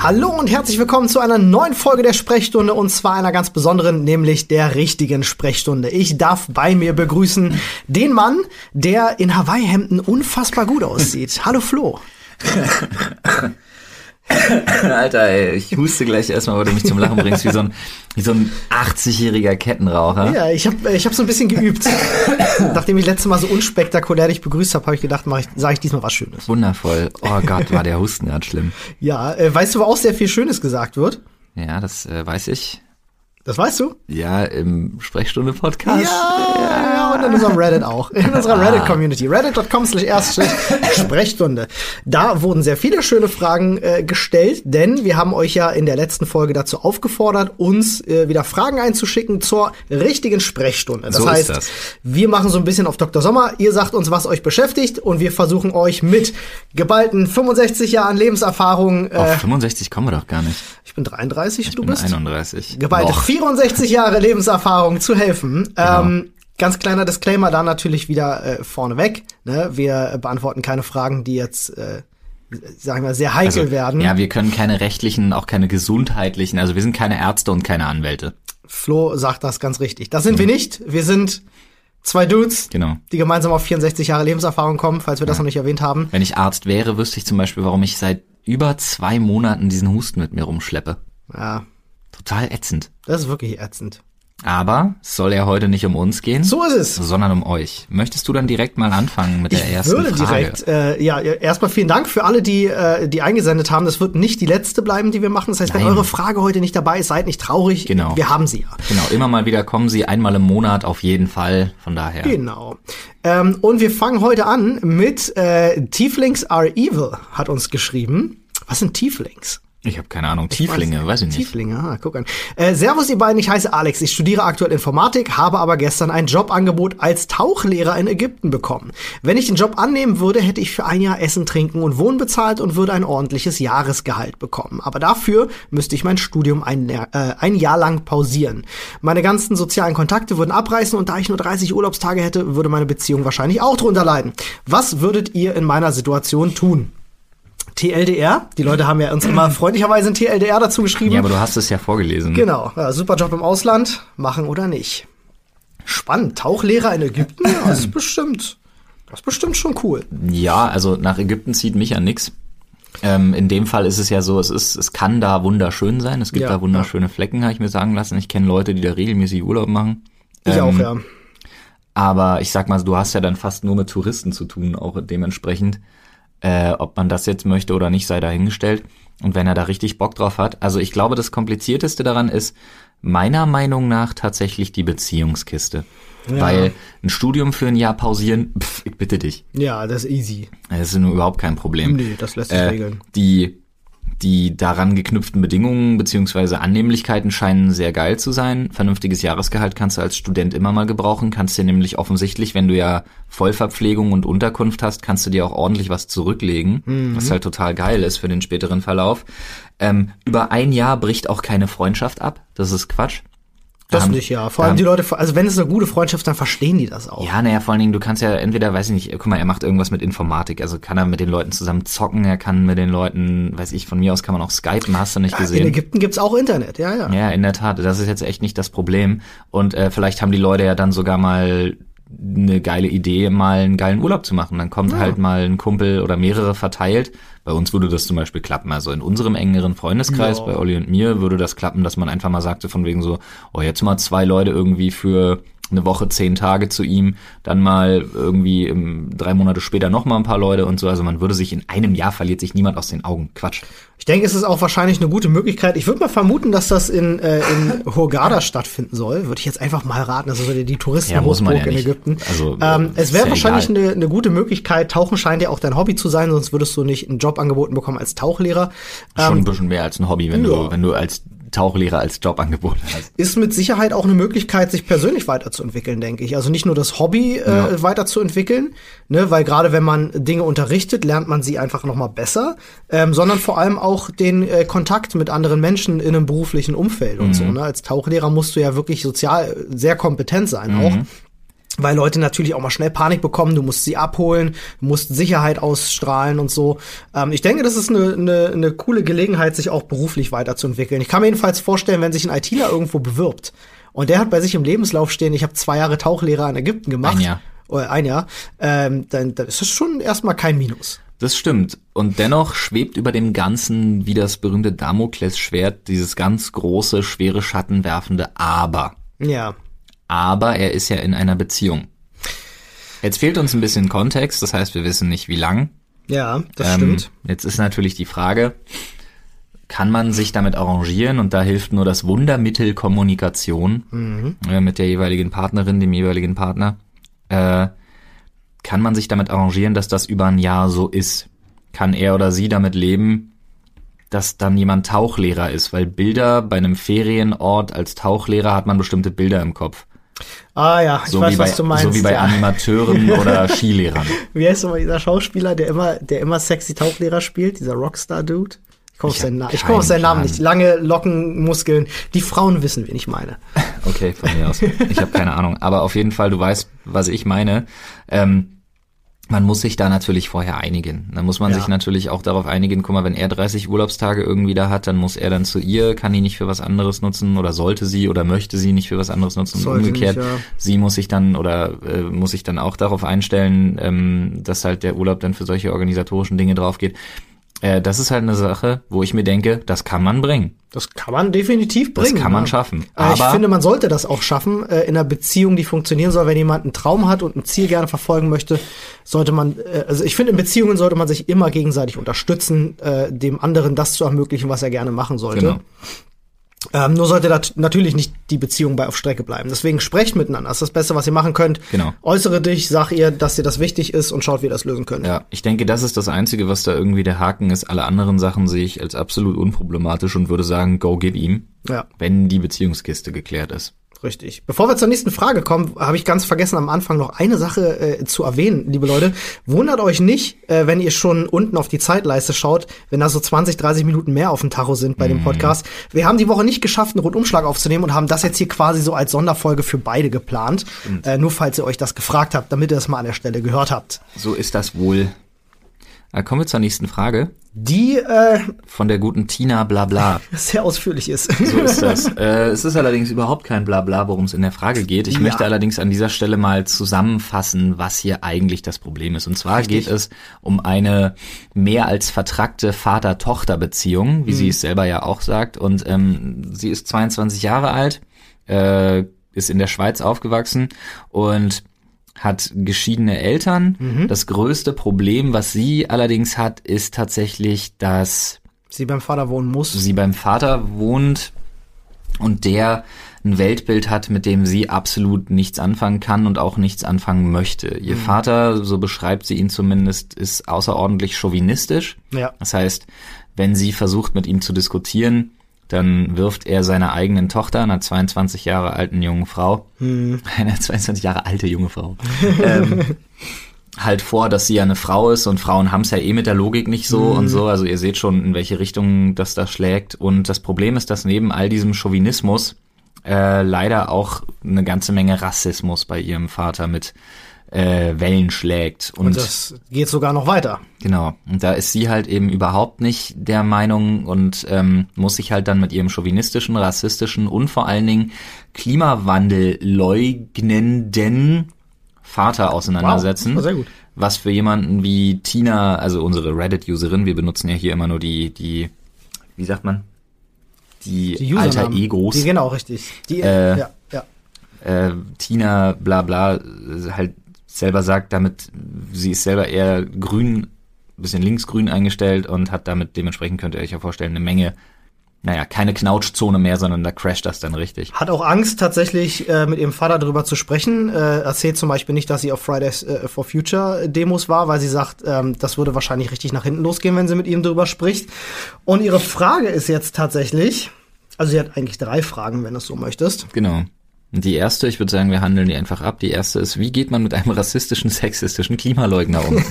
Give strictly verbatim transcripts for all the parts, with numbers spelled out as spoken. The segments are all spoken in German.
Hallo und herzlich willkommen zu einer neuen Folge der Sprechstunde und zwar einer ganz besonderen, nämlich der richtigen Sprechstunde. Ich darf bei mir begrüßen den Mann, der in Hawaii-Hemden unfassbar gut aussieht. Hallo Flo. Alter, ey, ich huste gleich erstmal, weil du mich zum Lachen bringst, wie so ein, wie so ein achtzigjähriger Kettenraucher. Ja, ich habe ich hab so ein bisschen geübt. Nachdem ich letztes Mal so unspektakulär dich begrüßt habe, habe ich gedacht, mach ich, sage ich diesmal was Schönes. Wundervoll. Oh Gott, war der Husten gerade schlimm. Ja, äh, weißt du, wo auch sehr viel Schönes gesagt wird? Ja, das äh, weiß ich. Das weißt du? Ja, im Sprechstunde-Podcast. Ja, ja, ja, und in unserem Reddit auch. In unserer ah. Reddit-Community. reddit punkt com slash erste Sprechstunde. Da wurden sehr viele schöne Fragen äh, gestellt, denn wir haben euch ja in der letzten Folge dazu aufgefordert, uns äh, wieder Fragen einzuschicken zur richtigen Sprechstunde. Das so heißt, ist das. Wir machen so ein bisschen auf Doktor Sommer. Ihr sagt uns, was euch beschäftigt und wir versuchen euch mit geballten fünfundsechzig Jahren Lebenserfahrung. Äh, Auf fünfundsechzig kommen wir doch gar nicht. Ich bin dreiunddreißig, ich du bin bist? einunddreißig. Geballte Noch. vierundsechzig Jahre Lebenserfahrung zu helfen. Genau. Ähm, ganz kleiner Disclaimer da natürlich wieder äh, vorneweg. Ne? Wir beantworten keine Fragen, die jetzt, äh, sagen wir, sehr heikel also, werden. Ja, wir können keine rechtlichen, auch keine gesundheitlichen, also wir sind keine Ärzte und keine Anwälte. Flo sagt das ganz richtig. Das sind mhm. wir nicht. Wir sind zwei Dudes, genau. die gemeinsam auf vierundsechzig Jahre Lebenserfahrung kommen, falls wir das ja. noch nicht erwähnt haben. Wenn ich Arzt wäre, wüsste ich zum Beispiel, warum ich seit über zwei Monaten diesen Husten mit mir rumschleppe. Ja. Total ätzend. Das ist wirklich ätzend. Aber es soll ja heute nicht um uns gehen. So ist es. Sondern um euch. Möchtest du dann direkt mal anfangen mit der ich ersten Frage? Ich würde direkt, äh, ja, erstmal vielen Dank für alle, die äh, die eingesendet haben. Das wird nicht die letzte bleiben, die wir machen. Das heißt, Nein. wenn eure Frage heute nicht dabei ist, seid nicht traurig. Genau. Wir haben sie ja. Genau, immer mal wieder kommen sie, einmal im Monat auf jeden Fall. Von daher. Genau. Ähm, und wir fangen heute an mit äh, Tieflings are evil, hat uns geschrieben. Was sind Tieflings? Ich habe keine Ahnung. Tieflinge, weiß, weiß ich nicht. Tieflinge, ah, guck an. Äh, Servus ihr beiden, ich heiße Alex. Ich studiere aktuell Informatik, habe aber gestern ein Jobangebot als Tauchlehrer in Ägypten bekommen. Wenn ich den Job annehmen würde, hätte ich für ein Jahr Essen, Trinken und Wohnen bezahlt und würde ein ordentliches Jahresgehalt bekommen. Aber dafür müsste ich mein Studium ein, äh, ein Jahr lang pausieren. Meine ganzen sozialen Kontakte würden abreißen und da ich nur dreißig Urlaubstage hätte, würde meine Beziehung wahrscheinlich auch drunter leiden. Was würdet ihr in meiner Situation tun? T L D R. Die Leute haben ja uns immer freundlicherweise ein T L D R dazu geschrieben. Ja, aber du hast es ja vorgelesen. Genau. Ja, super Job im Ausland. Machen oder nicht. Spannend. Tauchlehrer in Ägypten? Das ist bestimmt, das ist bestimmt schon cool. Ja, also nach Ägypten zieht mich ja nix. Ähm, in dem Fall ist es ja so, es ist, es kann da wunderschön sein. Es gibt ja, da wunderschöne ja. Flecken, habe ich mir sagen lassen. Ich kenne Leute, die da regelmäßig Urlaub machen. Ich ähm, auch, ja. Aber ich sag mal, du hast ja dann fast nur mit Touristen zu tun, auch dementsprechend. Äh, ob man das jetzt möchte oder nicht, sei dahingestellt. Und wenn er da richtig Bock drauf hat. Also ich glaube, das Komplizierteste daran ist meiner Meinung nach tatsächlich die Beziehungskiste. Ja. Weil ein Studium für ein Jahr pausieren, pff, ich bitte dich. Ja, das ist easy. Das ist nur überhaupt kein Problem. Nee, das lässt sich äh, regeln. Die Die daran geknüpften Bedingungen bzw. Annehmlichkeiten scheinen sehr geil zu sein. Vernünftiges Jahresgehalt kannst du als Student immer mal gebrauchen. Kannst dir nämlich offensichtlich, wenn du ja Vollverpflegung und Unterkunft hast, kannst du dir auch ordentlich was zurücklegen, mhm. was halt total geil ist für den späteren Verlauf. Ähm, über ein Jahr bricht auch keine Freundschaft ab. Das ist Quatsch. Das haben, nicht, ja. Vor allem die Leute, also wenn es eine gute Freundschaft, dann verstehen die das auch. Ja, naja, vor allen Dingen, du kannst ja entweder, weiß ich nicht, guck mal, er macht irgendwas mit Informatik, also kann er mit den Leuten zusammen zocken, er kann mit den Leuten, weiß ich, von mir aus kann man auch skypen, hast du nicht gesehen. In Ägypten gibt's auch Internet, ja, ja. Ja, in der Tat, das ist jetzt echt nicht das Problem. Und äh, vielleicht haben die Leute ja dann sogar mal eine geile Idee, mal einen geilen Urlaub zu machen. Dann kommt ja. halt mal ein Kumpel oder mehrere verteilt. Bei uns würde das zum Beispiel klappen. Also in unserem engeren Freundeskreis, ja. bei Olli und mir, würde das klappen, dass man einfach mal sagte von wegen so, oh, jetzt mal zwei Leute irgendwie für eine Woche, zehn Tage zu ihm, dann mal irgendwie im, drei Monate später noch mal ein paar Leute und so. Also man würde sich in einem Jahr verliert sich niemand aus den Augen. Quatsch. Ich denke, es ist auch wahrscheinlich eine gute Möglichkeit. Ich würde mal vermuten, dass das in, äh, in Hurghada stattfinden soll. Würde ich jetzt einfach mal raten. Das ist so die, die Touristenhochburg ja, ja in Ägypten. Also, ähm, es wäre ja wahrscheinlich eine, eine gute Möglichkeit. Tauchen scheint ja auch dein Hobby zu sein, sonst würdest du nicht einen Job angeboten bekommen als Tauchlehrer. Schon ähm, ein bisschen mehr als ein Hobby, wenn ja. du, wenn du als Tauchlehrer als Jobangebot hast. Ist mit Sicherheit auch eine Möglichkeit, sich persönlich weiterzuentwickeln, denke ich. Also nicht nur das Hobby äh, ja. weiterzuentwickeln, ne, weil gerade wenn man Dinge unterrichtet, lernt man sie einfach noch mal besser, ähm, sondern vor allem auch den äh, Kontakt mit anderen Menschen in einem beruflichen Umfeld und mhm. so. Ne? Als Tauchlehrer musst du ja wirklich sozial sehr kompetent sein, mhm. auch. weil Leute natürlich auch mal schnell Panik bekommen, du musst sie abholen, du musst Sicherheit ausstrahlen und so. Ähm, ich denke, das ist eine, eine, eine coole Gelegenheit, sich auch beruflich weiterzuentwickeln. Ich kann mir jedenfalls vorstellen, wenn sich ein ITler irgendwo bewirbt und der hat bei sich im Lebenslauf stehen, ich habe zwei Jahre Tauchlehrer in Ägypten gemacht. Ein Jahr. Oder ein Jahr. Ähm, dann, dann ist das schon erstmal kein Minus. Das stimmt. Und dennoch schwebt über dem Ganzen wie das berühmte Damoklesschwert dieses ganz große, schwere, schattenwerfende Aber. Ja. Aber er ist ja in einer Beziehung. Jetzt fehlt uns ein bisschen Kontext, das heißt, wir wissen nicht, wie lang. Ja, das ähm, stimmt. Jetzt ist natürlich die Frage, kann man sich damit arrangieren? Und da hilft nur das Wundermittel Kommunikation Mhm. äh, mit der jeweiligen Partnerin, dem jeweiligen Partner. Äh, kann man sich damit arrangieren, dass das über ein Jahr so ist? Kann er oder sie damit leben, dass dann jemand Tauchlehrer ist? Weil Bilder bei einem Ferienort als Tauchlehrer hat man bestimmte Bilder im Kopf. Ah ja, ich So weiß, wie bei, was du meinst. so wie bei ja. Animateuren oder Skilehrern. Wie heißt nochmal dieser Schauspieler, der immer, der immer sexy Tauchlehrer spielt, dieser Rockstar-Dude? Ich komme auf Ich seinen, hab Na- ich komm auf seinen keinen Namen Plan. nicht. Lange Locken, Muskeln. Die Frauen wissen, wen ich meine. Okay, von mir aus. Ich habe keine Ahnung. Aber auf jeden Fall, du weißt, was ich meine. Ähm, man muss sich da natürlich vorher einigen. Dann muss man Ja. sich natürlich auch darauf einigen, guck mal, wenn er dreißig Urlaubstage irgendwie da hat, dann muss er dann zu ihr, kann die nicht für was anderes nutzen oder sollte sie oder möchte sie nicht für was anderes nutzen. Und Sollte umgekehrt, nicht, ja. sie muss sich dann oder äh, muss sich dann auch darauf einstellen, ähm, dass halt der Urlaub dann für solche organisatorischen Dinge drauf geht. Äh, das ist halt eine Sache, wo ich mir denke, das kann man bringen. Das kann man definitiv bringen. Das kann man ja. schaffen. Aber ich Aber finde, man sollte das auch schaffen, äh, in einer Beziehung, die funktionieren soll. Wenn jemand einen Traum hat und ein Ziel gerne verfolgen möchte, sollte man, äh, also ich finde, in Beziehungen sollte man sich immer gegenseitig unterstützen, äh, dem anderen das zu ermöglichen, was er gerne machen sollte. Genau. Ähm, nur sollte dat natürlich nicht die Beziehung bei auf Strecke bleiben. Deswegen sprecht miteinander. Das ist das Beste, was ihr machen könnt. Genau. Äußere dich, sag ihr, dass dir das wichtig ist und schaut, wie ihr das lösen könnt. Ja, ich denke, das ist das Einzige, was da irgendwie der Haken ist. Alle anderen Sachen sehe ich als absolut unproblematisch und würde sagen, go gib ihm, Ja. wenn die Beziehungskiste geklärt ist. Richtig. Bevor wir zur nächsten Frage kommen, habe ich ganz vergessen, am Anfang noch eine Sache äh, zu erwähnen, liebe Leute. Wundert euch nicht, äh, wenn ihr schon unten auf die Zeitleiste schaut, wenn da so zwanzig, dreißig Minuten mehr auf dem Tacho sind bei dem Podcast. Wir haben die Woche nicht geschafft, einen Rundumschlag aufzunehmen und haben das jetzt hier quasi so als Sonderfolge für beide geplant. Äh, nur falls ihr euch das gefragt habt, damit ihr das mal an der Stelle gehört habt. So ist das wohl. Da kommen wir zur nächsten Frage Die äh, von der guten Tina Blabla. sehr ausführlich ist. So ist das. äh, es ist allerdings überhaupt kein Blabla, worum es in der Frage geht. Ich Ja. möchte allerdings an dieser Stelle mal zusammenfassen, was hier eigentlich das Problem ist. Und zwar Richtig. geht es um eine mehr als vertrackte Vater-Tochter-Beziehung, wie sie es selber ja auch sagt. Und ähm, sie ist zweiundzwanzig Jahre alt, äh, ist in der Schweiz aufgewachsen und hat geschiedene Eltern. Das größte Problem, was sie allerdings hat, ist tatsächlich, dass Sie beim Vater wohnen muss. sie beim Vater wohnt und der ein Weltbild hat, mit dem sie absolut nichts anfangen kann und auch nichts anfangen möchte. Ihr Vater, so beschreibt sie ihn zumindest, ist außerordentlich chauvinistisch. Ja. Das heißt, wenn sie versucht, mit ihm zu diskutieren, dann wirft er seiner eigenen Tochter, einer zweiundzwanzig Jahre alten jungen Frau, eine zweiundzwanzig Jahre alte junge Frau, ähm, halt vor, dass sie ja eine Frau ist und Frauen haben es ja eh mit der Logik nicht so und so. Also ihr seht schon, in welche Richtung das da schlägt. Und das Problem ist, dass neben all diesem Chauvinismus äh, leider auch eine ganze Menge Rassismus bei ihrem Vater mit äh, Wellen schlägt. Und, Und das geht sogar noch weiter. genau, und da ist sie halt eben überhaupt nicht der Meinung und ähm, muss sich halt dann mit ihrem chauvinistischen, rassistischen und vor allen Dingen Klimawandel leugnenden Vater auseinandersetzen. Wow, sehr gut. Was für jemanden wie Tina, also unsere Reddit-Userin, wir benutzen ja hier immer nur die, die, wie sagt man? Die, Die alter Usernamen. Egos. Die, genau, richtig. Die, Äh, ja, ja. äh, Tina bla bla äh, halt selber sagt, damit sie ist selber eher grün, bisschen linksgrün eingestellt und hat damit dementsprechend, könnt ihr euch ja vorstellen, eine Menge, naja, keine Knautschzone mehr, sondern da crasht das dann richtig. Hat auch Angst, tatsächlich äh, mit ihrem Vater darüber zu sprechen. Äh, erzählt zum Beispiel nicht, dass sie auf Fridays äh, for Future Demos war, weil sie sagt, ähm, das würde wahrscheinlich richtig nach hinten losgehen, wenn sie mit ihm darüber spricht. Und ihre Frage ist jetzt tatsächlich, also sie hat eigentlich drei Fragen, wenn du es so möchtest. Genau. Und die erste, ich würde sagen, wir handeln die einfach ab. Die erste ist, wie geht man mit einem rassistischen, sexistischen Klimaleugner um?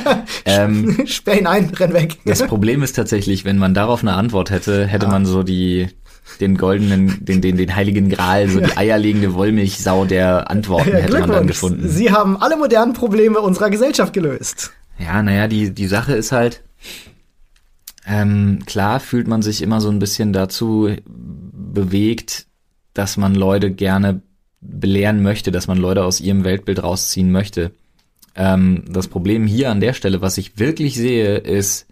ähm, Sperr ihn ein, renn weg. das Problem ist tatsächlich, wenn man darauf eine Antwort hätte, hätte Ja. man so die den goldenen, den, den, den heiligen Gral, so die eierlegende Wollmilchsau der Antworten Ja, hätte man dann gefunden. Sie haben alle modernen Probleme unserer Gesellschaft gelöst. Ja, naja, die, die Sache ist halt, ähm, klar fühlt man sich immer so ein bisschen dazu bewegt, dass man Leute gerne belehren möchte, dass man Leute aus ihrem Weltbild rausziehen möchte. Ähm, das Problem hier an der Stelle, was ich wirklich sehe, ist,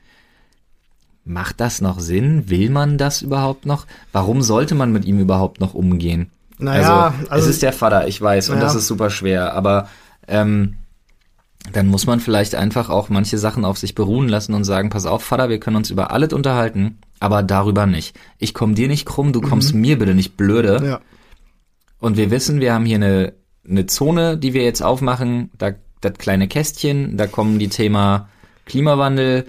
macht das noch Sinn? Will man das überhaupt noch? Warum sollte man mit ihm überhaupt noch umgehen? Naja, also, also es ist der Vater, ich weiß, und naja. das ist super schwer, aber ähm, dann muss man vielleicht einfach auch manche Sachen auf sich beruhen lassen und sagen, pass auf, Vater, wir können uns über alles unterhalten, aber darüber nicht. Ich komm dir nicht krumm, du kommst mhm. mir bitte nicht blöde. Ja. Und wir wissen, wir haben hier eine, eine Zone, die wir jetzt aufmachen, da das kleine Kästchen, da kommen die Thema Klimawandel,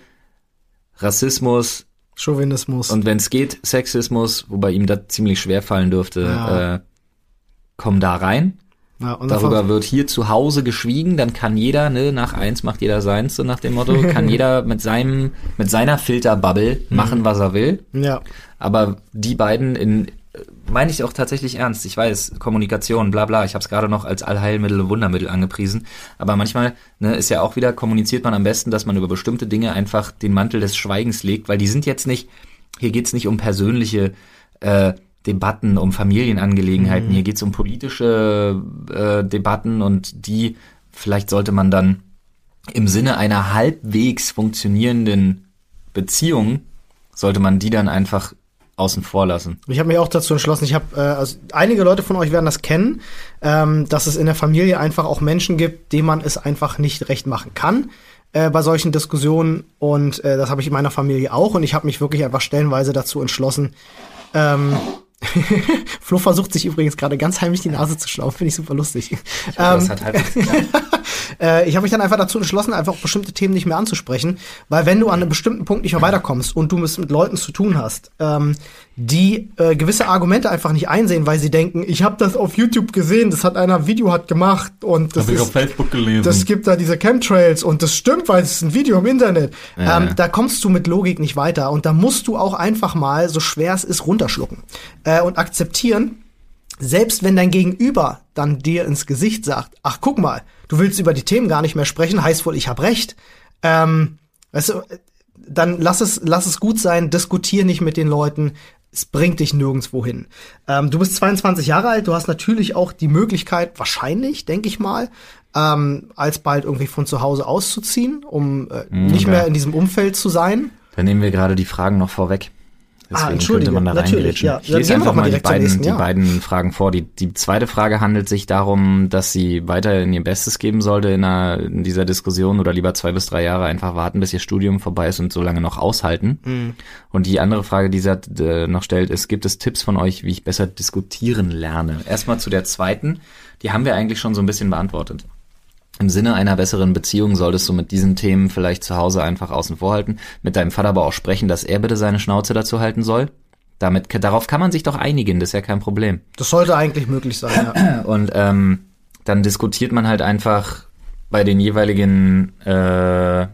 Rassismus, Chauvinismus und wenn es geht, Sexismus, wobei ihm das ziemlich schwer fallen dürfte, ja. äh, kommen da rein. Ja, und Darüber wird hier zu Hause geschwiegen, dann kann jeder, ne, nach eins macht jeder seins, so nach dem Motto, kann jeder mit seinem, mit seiner Filterbubble machen, was er will. Ja. Aber die beiden in, meine ich auch tatsächlich ernst, ich weiß, Kommunikation, bla bla, ich habe es gerade noch als Allheilmittel und Wundermittel angepriesen, aber manchmal, ne, ist ja auch wieder, kommuniziert man am besten, dass man über bestimmte Dinge einfach den Mantel des Schweigens legt, weil die sind jetzt nicht, hier geht's nicht um persönliche äh, Debatten, um Familienangelegenheiten, mhm. hier geht's um politische äh, Debatten und die, vielleicht sollte man dann im Sinne einer halbwegs funktionierenden Beziehung, sollte man die dann einfach außen vor lassen. Ich habe mich auch dazu entschlossen, ich habe, äh, also einige Leute von euch werden das kennen, ähm, dass es in der Familie einfach auch Menschen gibt, denen man es einfach nicht recht machen kann äh, bei solchen Diskussionen und äh, das habe ich in meiner Familie auch und ich habe mich wirklich einfach stellenweise dazu entschlossen, ähm, Flo versucht sich übrigens gerade ganz heimlich die Nase zu schnaufen, finde ich super lustig. Ich, ähm, das hat halt äh, ich habe mich dann einfach dazu entschlossen, einfach bestimmte Themen nicht mehr anzusprechen, weil wenn du an einem bestimmten Punkt nicht mehr weiterkommst und du es mit Leuten zu tun hast, ähm, die äh, gewisse Argumente einfach nicht einsehen, weil sie denken, ich habe das auf YouTube gesehen, das hat einer Video hat gemacht und das hab ich auf Facebook gelesen. Das gibt da diese Chemtrails und das stimmt, weil es ist ein Video im Internet. Ja. Ähm, da kommst du mit Logik nicht weiter und da musst du auch einfach mal, so schwer es ist, runterschlucken äh, und akzeptieren, selbst wenn dein Gegenüber dann dir ins Gesicht sagt, ach guck mal, du willst über die Themen gar nicht mehr sprechen, heißt wohl, ich habe recht. Ähm, weißt du, dann lass es, lass es gut sein, diskutier nicht mit den Leuten, es bringt dich nirgendwo hin. Ähm, du bist zweiundzwanzig Jahre alt, du hast natürlich auch die Möglichkeit, wahrscheinlich, denke ich mal, ähm, alsbald irgendwie von zu Hause auszuziehen, um äh, mhm, nicht ja. mehr in diesem Umfeld zu sein. Dann nehmen wir gerade die Fragen noch vorweg. Deswegen ah, entschuldige, könnte man da natürlich, ja. Ich lese einfach mal die beiden, nächsten, die ja. beiden Fragen vor. Die, die zweite Frage handelt sich darum, dass sie weiterhin ihr Bestes geben sollte in, einer, in dieser Diskussion oder lieber zwei bis drei Jahre einfach warten, bis ihr Studium vorbei ist und so lange noch aushalten. Mhm. Und die andere Frage, die sie äh, noch stellt, ist, gibt es Tipps von euch, wie ich besser diskutieren lerne? Erstmal zu der zweiten, die haben wir eigentlich schon so ein bisschen beantwortet. Im Sinne einer besseren Beziehung solltest du mit diesen Themen vielleicht zu Hause einfach außen vor halten, mit deinem Vater aber auch sprechen, dass er bitte seine Schnauze dazu halten soll. Damit, darauf kann man sich doch einigen, das ist ja kein Problem. Das sollte eigentlich möglich sein, ja. Und ähm, dann diskutiert man halt einfach bei den jeweiligen äh,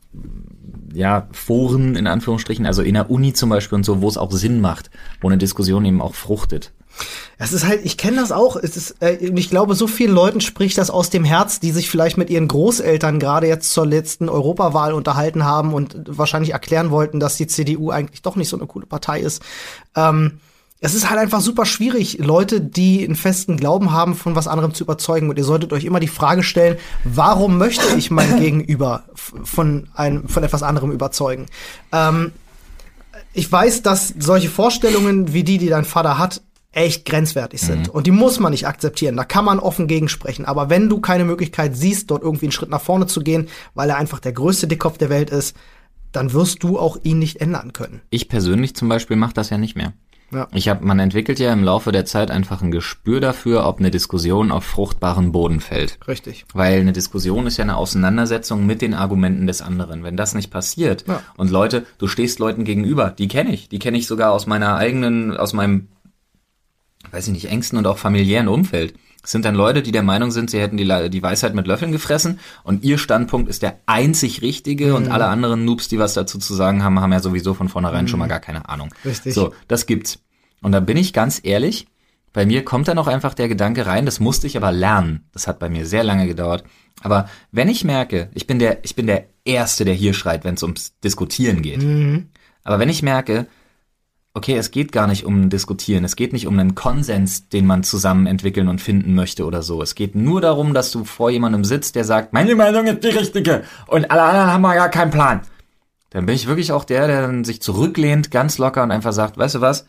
ja, Foren, in Anführungsstrichen, also in der Uni zum Beispiel und so, wo es auch Sinn macht, wo eine Diskussion eben auch fruchtet. Es ist halt, ich kenne das auch, es ist, äh, ich glaube, so vielen Leuten spricht das aus dem Herz, die sich vielleicht mit ihren Großeltern gerade jetzt zur letzten Europawahl unterhalten haben und wahrscheinlich erklären wollten, dass die C D U eigentlich doch nicht so eine coole Partei ist. Ähm, es ist halt einfach super schwierig, Leute, die einen festen Glauben haben, von was anderem zu überzeugen. Und ihr solltet euch immer die Frage stellen, warum möchte ich mein Gegenüber von einem, von etwas anderem überzeugen? Ähm, ich weiß, dass solche Vorstellungen wie die, die dein Vater hat, echt grenzwertig sind. Mhm. Und die muss man nicht akzeptieren. Da kann man offen gegensprechen. Aber wenn du keine Möglichkeit siehst, dort irgendwie einen Schritt nach vorne zu gehen, weil er einfach der größte Dickkopf der Welt ist, dann wirst du auch ihn nicht ändern können. Ich persönlich zum Beispiel mache das ja nicht mehr. Ja. Ich hab, man entwickelt ja im Laufe der Zeit einfach ein Gespür dafür, ob eine Diskussion auf fruchtbaren Boden fällt. Richtig. Weil eine Diskussion ist ja eine Auseinandersetzung mit den Argumenten des anderen. Wenn das nicht passiert ja. und Leute, du stehst Leuten gegenüber, die kenne ich, die kenne ich sogar aus meiner eigenen, aus meinem weiß ich nicht, engsten und auch familiären Umfeld. Es sind dann Leute, die der Meinung sind, sie hätten die, die Weisheit mit Löffeln gefressen und ihr Standpunkt ist der einzig richtige mhm. und alle anderen Noobs, die was dazu zu sagen haben, haben ja sowieso von vornherein mhm. schon mal gar keine Ahnung. Richtig. So, das gibt's. Und da bin ich ganz ehrlich, bei mir kommt dann auch einfach der Gedanke rein, das musste ich aber lernen. Das hat bei mir sehr lange gedauert. Aber wenn ich merke, ich bin der, ich bin der Erste, der hier schreit, wenn es ums Diskutieren geht. Mhm. Aber wenn ich merke, okay, es geht gar nicht um ein Diskutieren, es geht nicht um einen Konsens, den man zusammen entwickeln und finden möchte oder so. Es geht nur darum, dass du vor jemandem sitzt, der sagt, meine Meinung ist die richtige und alle anderen haben gar keinen Plan. Dann bin ich wirklich auch der, der dann sich zurücklehnt, ganz locker und einfach sagt, weißt du was,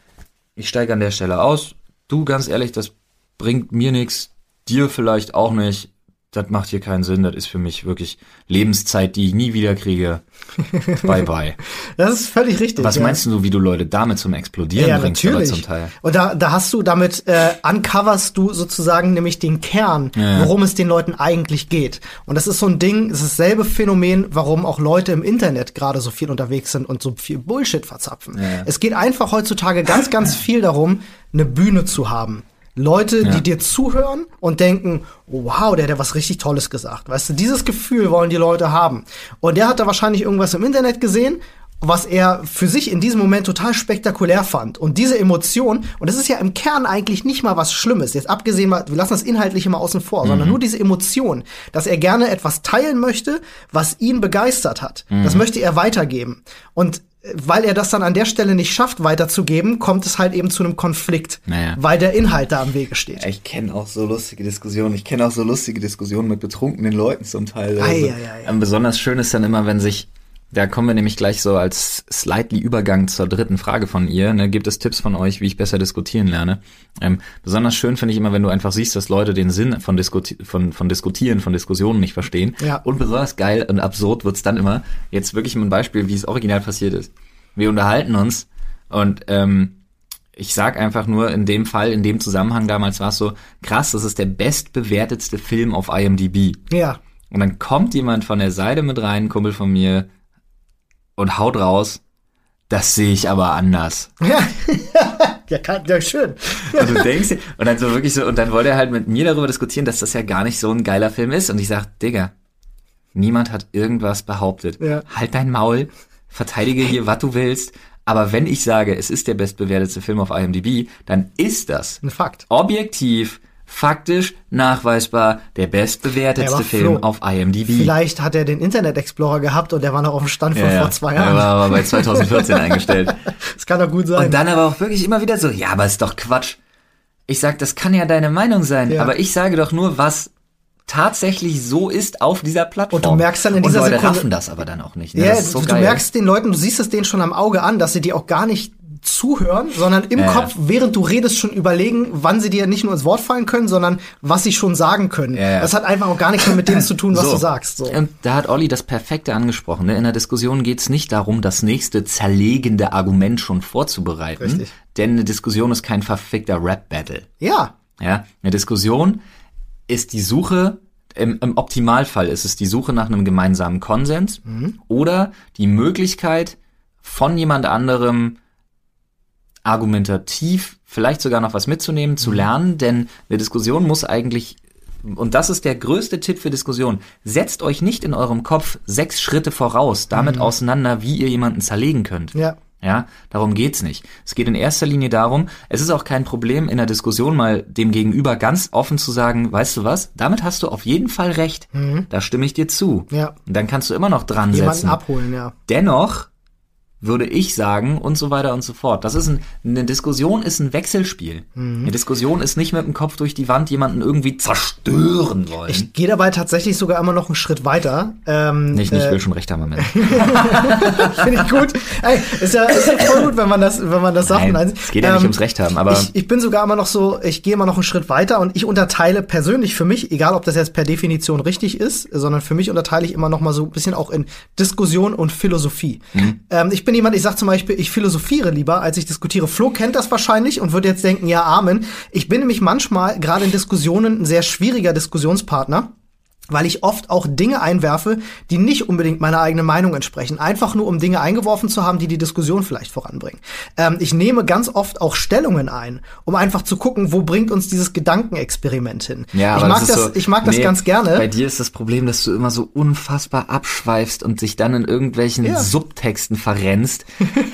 ich steige an der Stelle aus. Du, ganz ehrlich, das bringt mir nichts, dir vielleicht auch nicht. Das macht hier keinen Sinn. Das ist für mich wirklich Lebenszeit, die ich nie wieder kriege. Bye, bye. Das ist völlig richtig. Was ja. meinst du, wie du Leute damit zum Explodieren ja, bringst? Natürlich. Aber zum Teil? Und da, da hast du, damit äh, uncoverst du sozusagen nämlich den Kern, ja. worum es den Leuten eigentlich geht. Und das ist so ein Ding, es ist dasselbe Phänomen, warum auch Leute im Internet gerade so viel unterwegs sind und so viel Bullshit verzapfen. Ja. Es geht einfach heutzutage ganz, ganz viel darum, eine Bühne zu haben. Leute, ja. die dir zuhören und denken, oh, wow, der hat ja was richtig Tolles gesagt. Weißt du, dieses Gefühl wollen die Leute haben. Und der hat da wahrscheinlich irgendwas im Internet gesehen, was er für sich in diesem Moment total spektakulär fand. Und diese Emotion, und das ist ja im Kern eigentlich nicht mal was Schlimmes, jetzt abgesehen mal, wir lassen das Inhaltliche mal außen vor, mhm. sondern nur diese Emotion, dass er gerne etwas teilen möchte, was ihn begeistert hat. Mhm. Das möchte er weitergeben. Und weil er das dann an der Stelle nicht schafft, weiterzugeben, kommt es halt eben zu einem Konflikt, naja. weil der Inhalt da am Wege steht. Ich kenne auch so lustige Diskussionen. Ich kenne auch so lustige Diskussionen mit betrunkenen Leuten zum Teil. Also, ei, ei, ei. Ähm, besonders schön ist dann immer, wenn sich, da kommen wir nämlich gleich so als slightly Übergang zur dritten Frage von ihr, ne, gibt es Tipps von euch, wie ich besser diskutieren lerne. Ähm, besonders schön finde ich immer, wenn du einfach siehst, dass Leute den Sinn von, Diskuti- von, von Diskutieren, von Diskussionen nicht verstehen. Ja. Und besonders geil und absurd wird's dann immer, jetzt wirklich mal ein Beispiel, wie es original passiert ist. Wir unterhalten uns und ähm, ich sag einfach nur, in dem Fall, in dem Zusammenhang damals war es so, krass, das ist der bestbewertetste Film auf I M D B. Ja. Und dann kommt jemand von der Seite mit rein, ein Kumpel von mir, und haut raus, das sehe ich aber anders. Ja, ja, kann, ja schön. Und du denkst, und dann so wirklich so, und dann wollte er halt mit mir darüber diskutieren, dass das ja gar nicht so ein geiler Film ist. Und ich sag, Digga, niemand hat irgendwas behauptet. Ja. Halt dein Maul, verteidige hier, was du willst. Aber wenn ich sage, es ist der bestbewertetste Film auf I M D B, dann ist das ein Fakt. Objektiv, faktisch, nachweisbar der bestbewertetste ja, Film auf I M D B. Vielleicht hat er den Internet Explorer gehabt und der war noch auf dem Stand von ja, vor zwei Jahren. Er war aber bei zwanzig vierzehn eingestellt. Das kann doch gut sein. Und dann aber auch wirklich immer wieder so, ja, aber ist doch Quatsch. Ich sag, das kann ja deine Meinung sein, ja. aber ich sage doch nur, was tatsächlich so ist auf dieser Plattform. Und du merkst dann in dieser und Leute Sekunde, raffen das aber dann auch nicht. Ne? Ja, das ist so du, geil. du merkst den Leuten, du siehst es denen schon am Auge an, dass sie dir auch gar nicht zuhören, sondern im ja, Kopf, während du redest, schon überlegen, wann sie dir nicht nur ins Wort fallen können, sondern was sie schon sagen können. Ja, ja. Das hat einfach auch gar nichts mehr mit dem zu tun, was so. du sagst. So. Und da hat Olli das Perfekte angesprochen. Ne? In der Diskussion geht's nicht darum, das nächste zerlegende Argument schon vorzubereiten. Richtig. Denn eine Diskussion ist kein verfickter Rap-Battle. Ja. Ja, eine Diskussion ist die Suche, im, im Optimalfall ist es die Suche nach einem gemeinsamen Konsens mhm. oder die Möglichkeit von jemand anderem argumentativ vielleicht sogar noch was mitzunehmen, zu lernen, denn eine Diskussion muss eigentlich, und das ist der größte Tipp für Diskussion, setzt euch nicht in eurem Kopf sechs Schritte voraus, damit mhm. auseinander, wie ihr jemanden zerlegen könnt. Ja. Ja, darum geht's nicht. Es geht in erster Linie darum, es ist auch kein Problem, in der Diskussion mal dem Gegenüber ganz offen zu sagen, weißt du was, damit hast du auf jeden Fall recht, mhm. da stimme ich dir zu. Ja. Und dann kannst du immer noch dran Jemanden setzen. abholen, ja. Dennoch würde ich sagen und so weiter und so fort. Das ist ein, eine Diskussion ist ein Wechselspiel. Mhm. Eine Diskussion ist nicht mit dem Kopf durch die Wand jemanden irgendwie zerstören wollen. Ich gehe dabei tatsächlich sogar immer noch einen Schritt weiter. Ähm, nicht, nicht, äh, will schon recht haben, Moment. Finde ich gut. Ey, ist ja, ist ja voll gut, wenn man das, wenn man das sagt. Nein, es geht ja ähm, nicht ums Recht haben, aber ich, ich bin sogar immer noch so, ich gehe immer noch einen Schritt weiter und ich unterteile persönlich für mich, egal ob das jetzt per Definition richtig ist, sondern für mich unterteile ich immer noch mal so ein bisschen auch in Diskussion und Philosophie. Mhm. Ähm, ich bin jemand, ich sag zum Beispiel, ich philosophiere lieber, als ich diskutiere. Flo kennt das wahrscheinlich und würde jetzt denken, ja, Amen. Ich bin nämlich manchmal, gerade in Diskussionen, ein sehr schwieriger Diskussionspartner. weil ich oft auch Dinge einwerfe, die nicht unbedingt meiner eigenen Meinung entsprechen. Einfach nur, um Dinge eingeworfen zu haben, die die Diskussion vielleicht voranbringen. Ähm, ich nehme ganz oft auch Stellungen ein, um einfach zu gucken, wo bringt uns dieses Gedankenexperiment hin. Ja, ich aber mag das, das, ist so, ich mag das nee, ganz gerne. Bei dir ist das Problem, dass du immer so unfassbar abschweifst und dich dann in irgendwelchen Ja. Subtexten verrennst,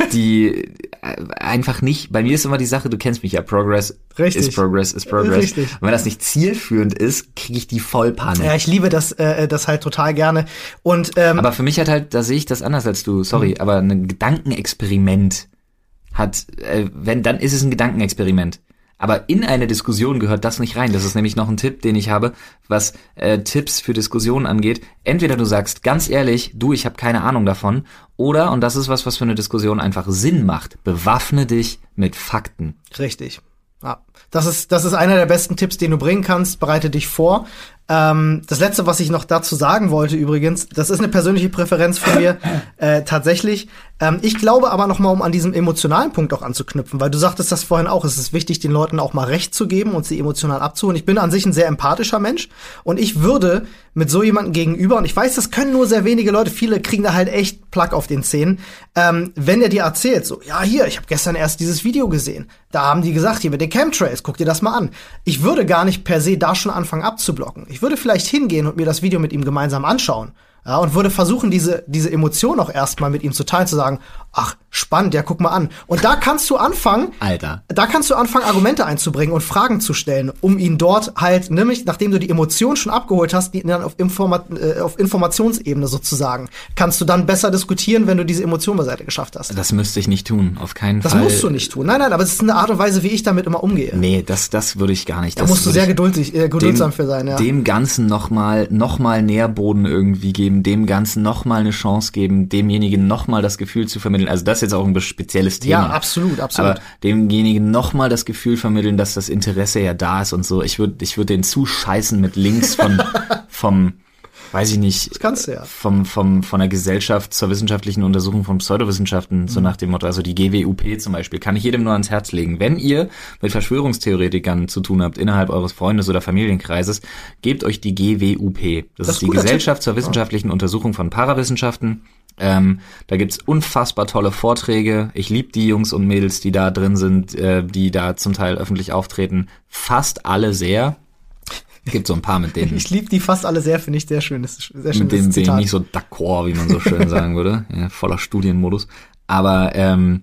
die einfach nicht, bei mir ist immer die Sache, du kennst mich ja, Progress Richtig. ist Progress ist Progress. Richtig. Und wenn das nicht zielführend ist, kriege ich die Vollpanne. Ja, ich liebe das, äh, das halt total gerne. Und ähm, Aber für mich hat halt, da sehe ich das anders als du, sorry, aber ein Gedankenexperiment hat, äh, wenn, dann ist es ein Gedankenexperiment. Aber in eine Diskussion gehört das nicht rein. Das ist nämlich noch ein Tipp, den ich habe, was äh, Tipps für Diskussionen angeht. Entweder du sagst ganz ehrlich, du, ich habe keine Ahnung davon, oder, und das ist was, was für eine Diskussion einfach Sinn macht, bewaffne dich mit Fakten. Richtig. Ja, das ist das ist einer der besten Tipps, den du bringen kannst. Bereite dich vor. Ähm, das Letzte, was ich noch dazu sagen wollte übrigens, das ist eine persönliche Präferenz von mir, äh, tatsächlich. Ähm, ich glaube aber noch mal, um an diesem emotionalen Punkt auch anzuknüpfen, weil du sagtest das vorhin auch, es ist wichtig, den Leuten auch mal Recht zu geben und sie emotional abzuholen. Ich bin an sich ein sehr empathischer Mensch und ich würde mit so jemandem gegenüber, und ich weiß, das können nur sehr wenige Leute, viele kriegen da halt echt Plack auf den Zähnen, ähm, wenn er dir erzählt, so, ja hier, ich habe gestern erst dieses Video gesehen, da haben die gesagt, hier mit den Chemtrails, guck dir das mal an. Ich würde gar nicht per se da schon anfangen abzublocken. Ich würde vielleicht hingehen und mir das Video mit ihm gemeinsam anschauen. Ja, und würde versuchen, diese, diese Emotion auch erstmal mit ihm zu teilen, zu sagen, ach, spannend, ja, guck mal an. Und da kannst du anfangen, Alter. Da kannst du anfangen, Argumente einzubringen und Fragen zu stellen, um ihn dort halt, nämlich, nachdem du die Emotion schon abgeholt hast, die dann auf, Informa äh, auf Informationsebene sozusagen, kannst du dann besser diskutieren, wenn du diese Emotion beiseite geschafft hast. Das müsste ich nicht tun, auf keinen Das Fall. musst du nicht tun. Nein, nein, aber es ist eine Art und Weise, wie ich damit immer umgehe. Nee, das, das würde ich gar nicht. Da Das musst du würde sehr ich geduldig, äh, geduldsam dem, für sein, ja. Dem Ganzen nochmal noch mal Nährboden irgendwie geben, dem Ganzen nochmal eine Chance geben, demjenigen nochmal das Gefühl zu vermitteln. Also das ist jetzt auch ein spezielles Thema. Ja, absolut, absolut. Aber demjenigen nochmal das Gefühl vermitteln, dass das Interesse ja da ist und so. Ich würde ich würde den zuscheißen mit Links von vom weiß ich nicht, das kannst du ja. vom, vom, von der Gesellschaft zur wissenschaftlichen Untersuchung von Pseudowissenschaften, mhm. so nach dem Motto, also die G W U P zum Beispiel, kann ich jedem nur ans Herz legen. Wenn ihr mit Verschwörungstheoretikern zu tun habt, innerhalb eures Freundes- oder Familienkreises, gebt euch die G W U P. Das, das ist die Gesellschaft Tipp. zur wissenschaftlichen ja. Untersuchung von Parawissenschaften. Ähm, da gibt's unfassbar tolle Vorträge. Ich liebe die Jungs und Mädels, die da drin sind, äh, die da zum Teil öffentlich auftreten. Fast alle sehr. Gibt so ein paar mit denen. Ich liebe die fast alle sehr, finde ich sehr schön. Das ist sehr schön. Mit denen bin ich nicht so d'accord, wie man so schön sagen würde. Ja, voller Studienmodus. Aber ähm,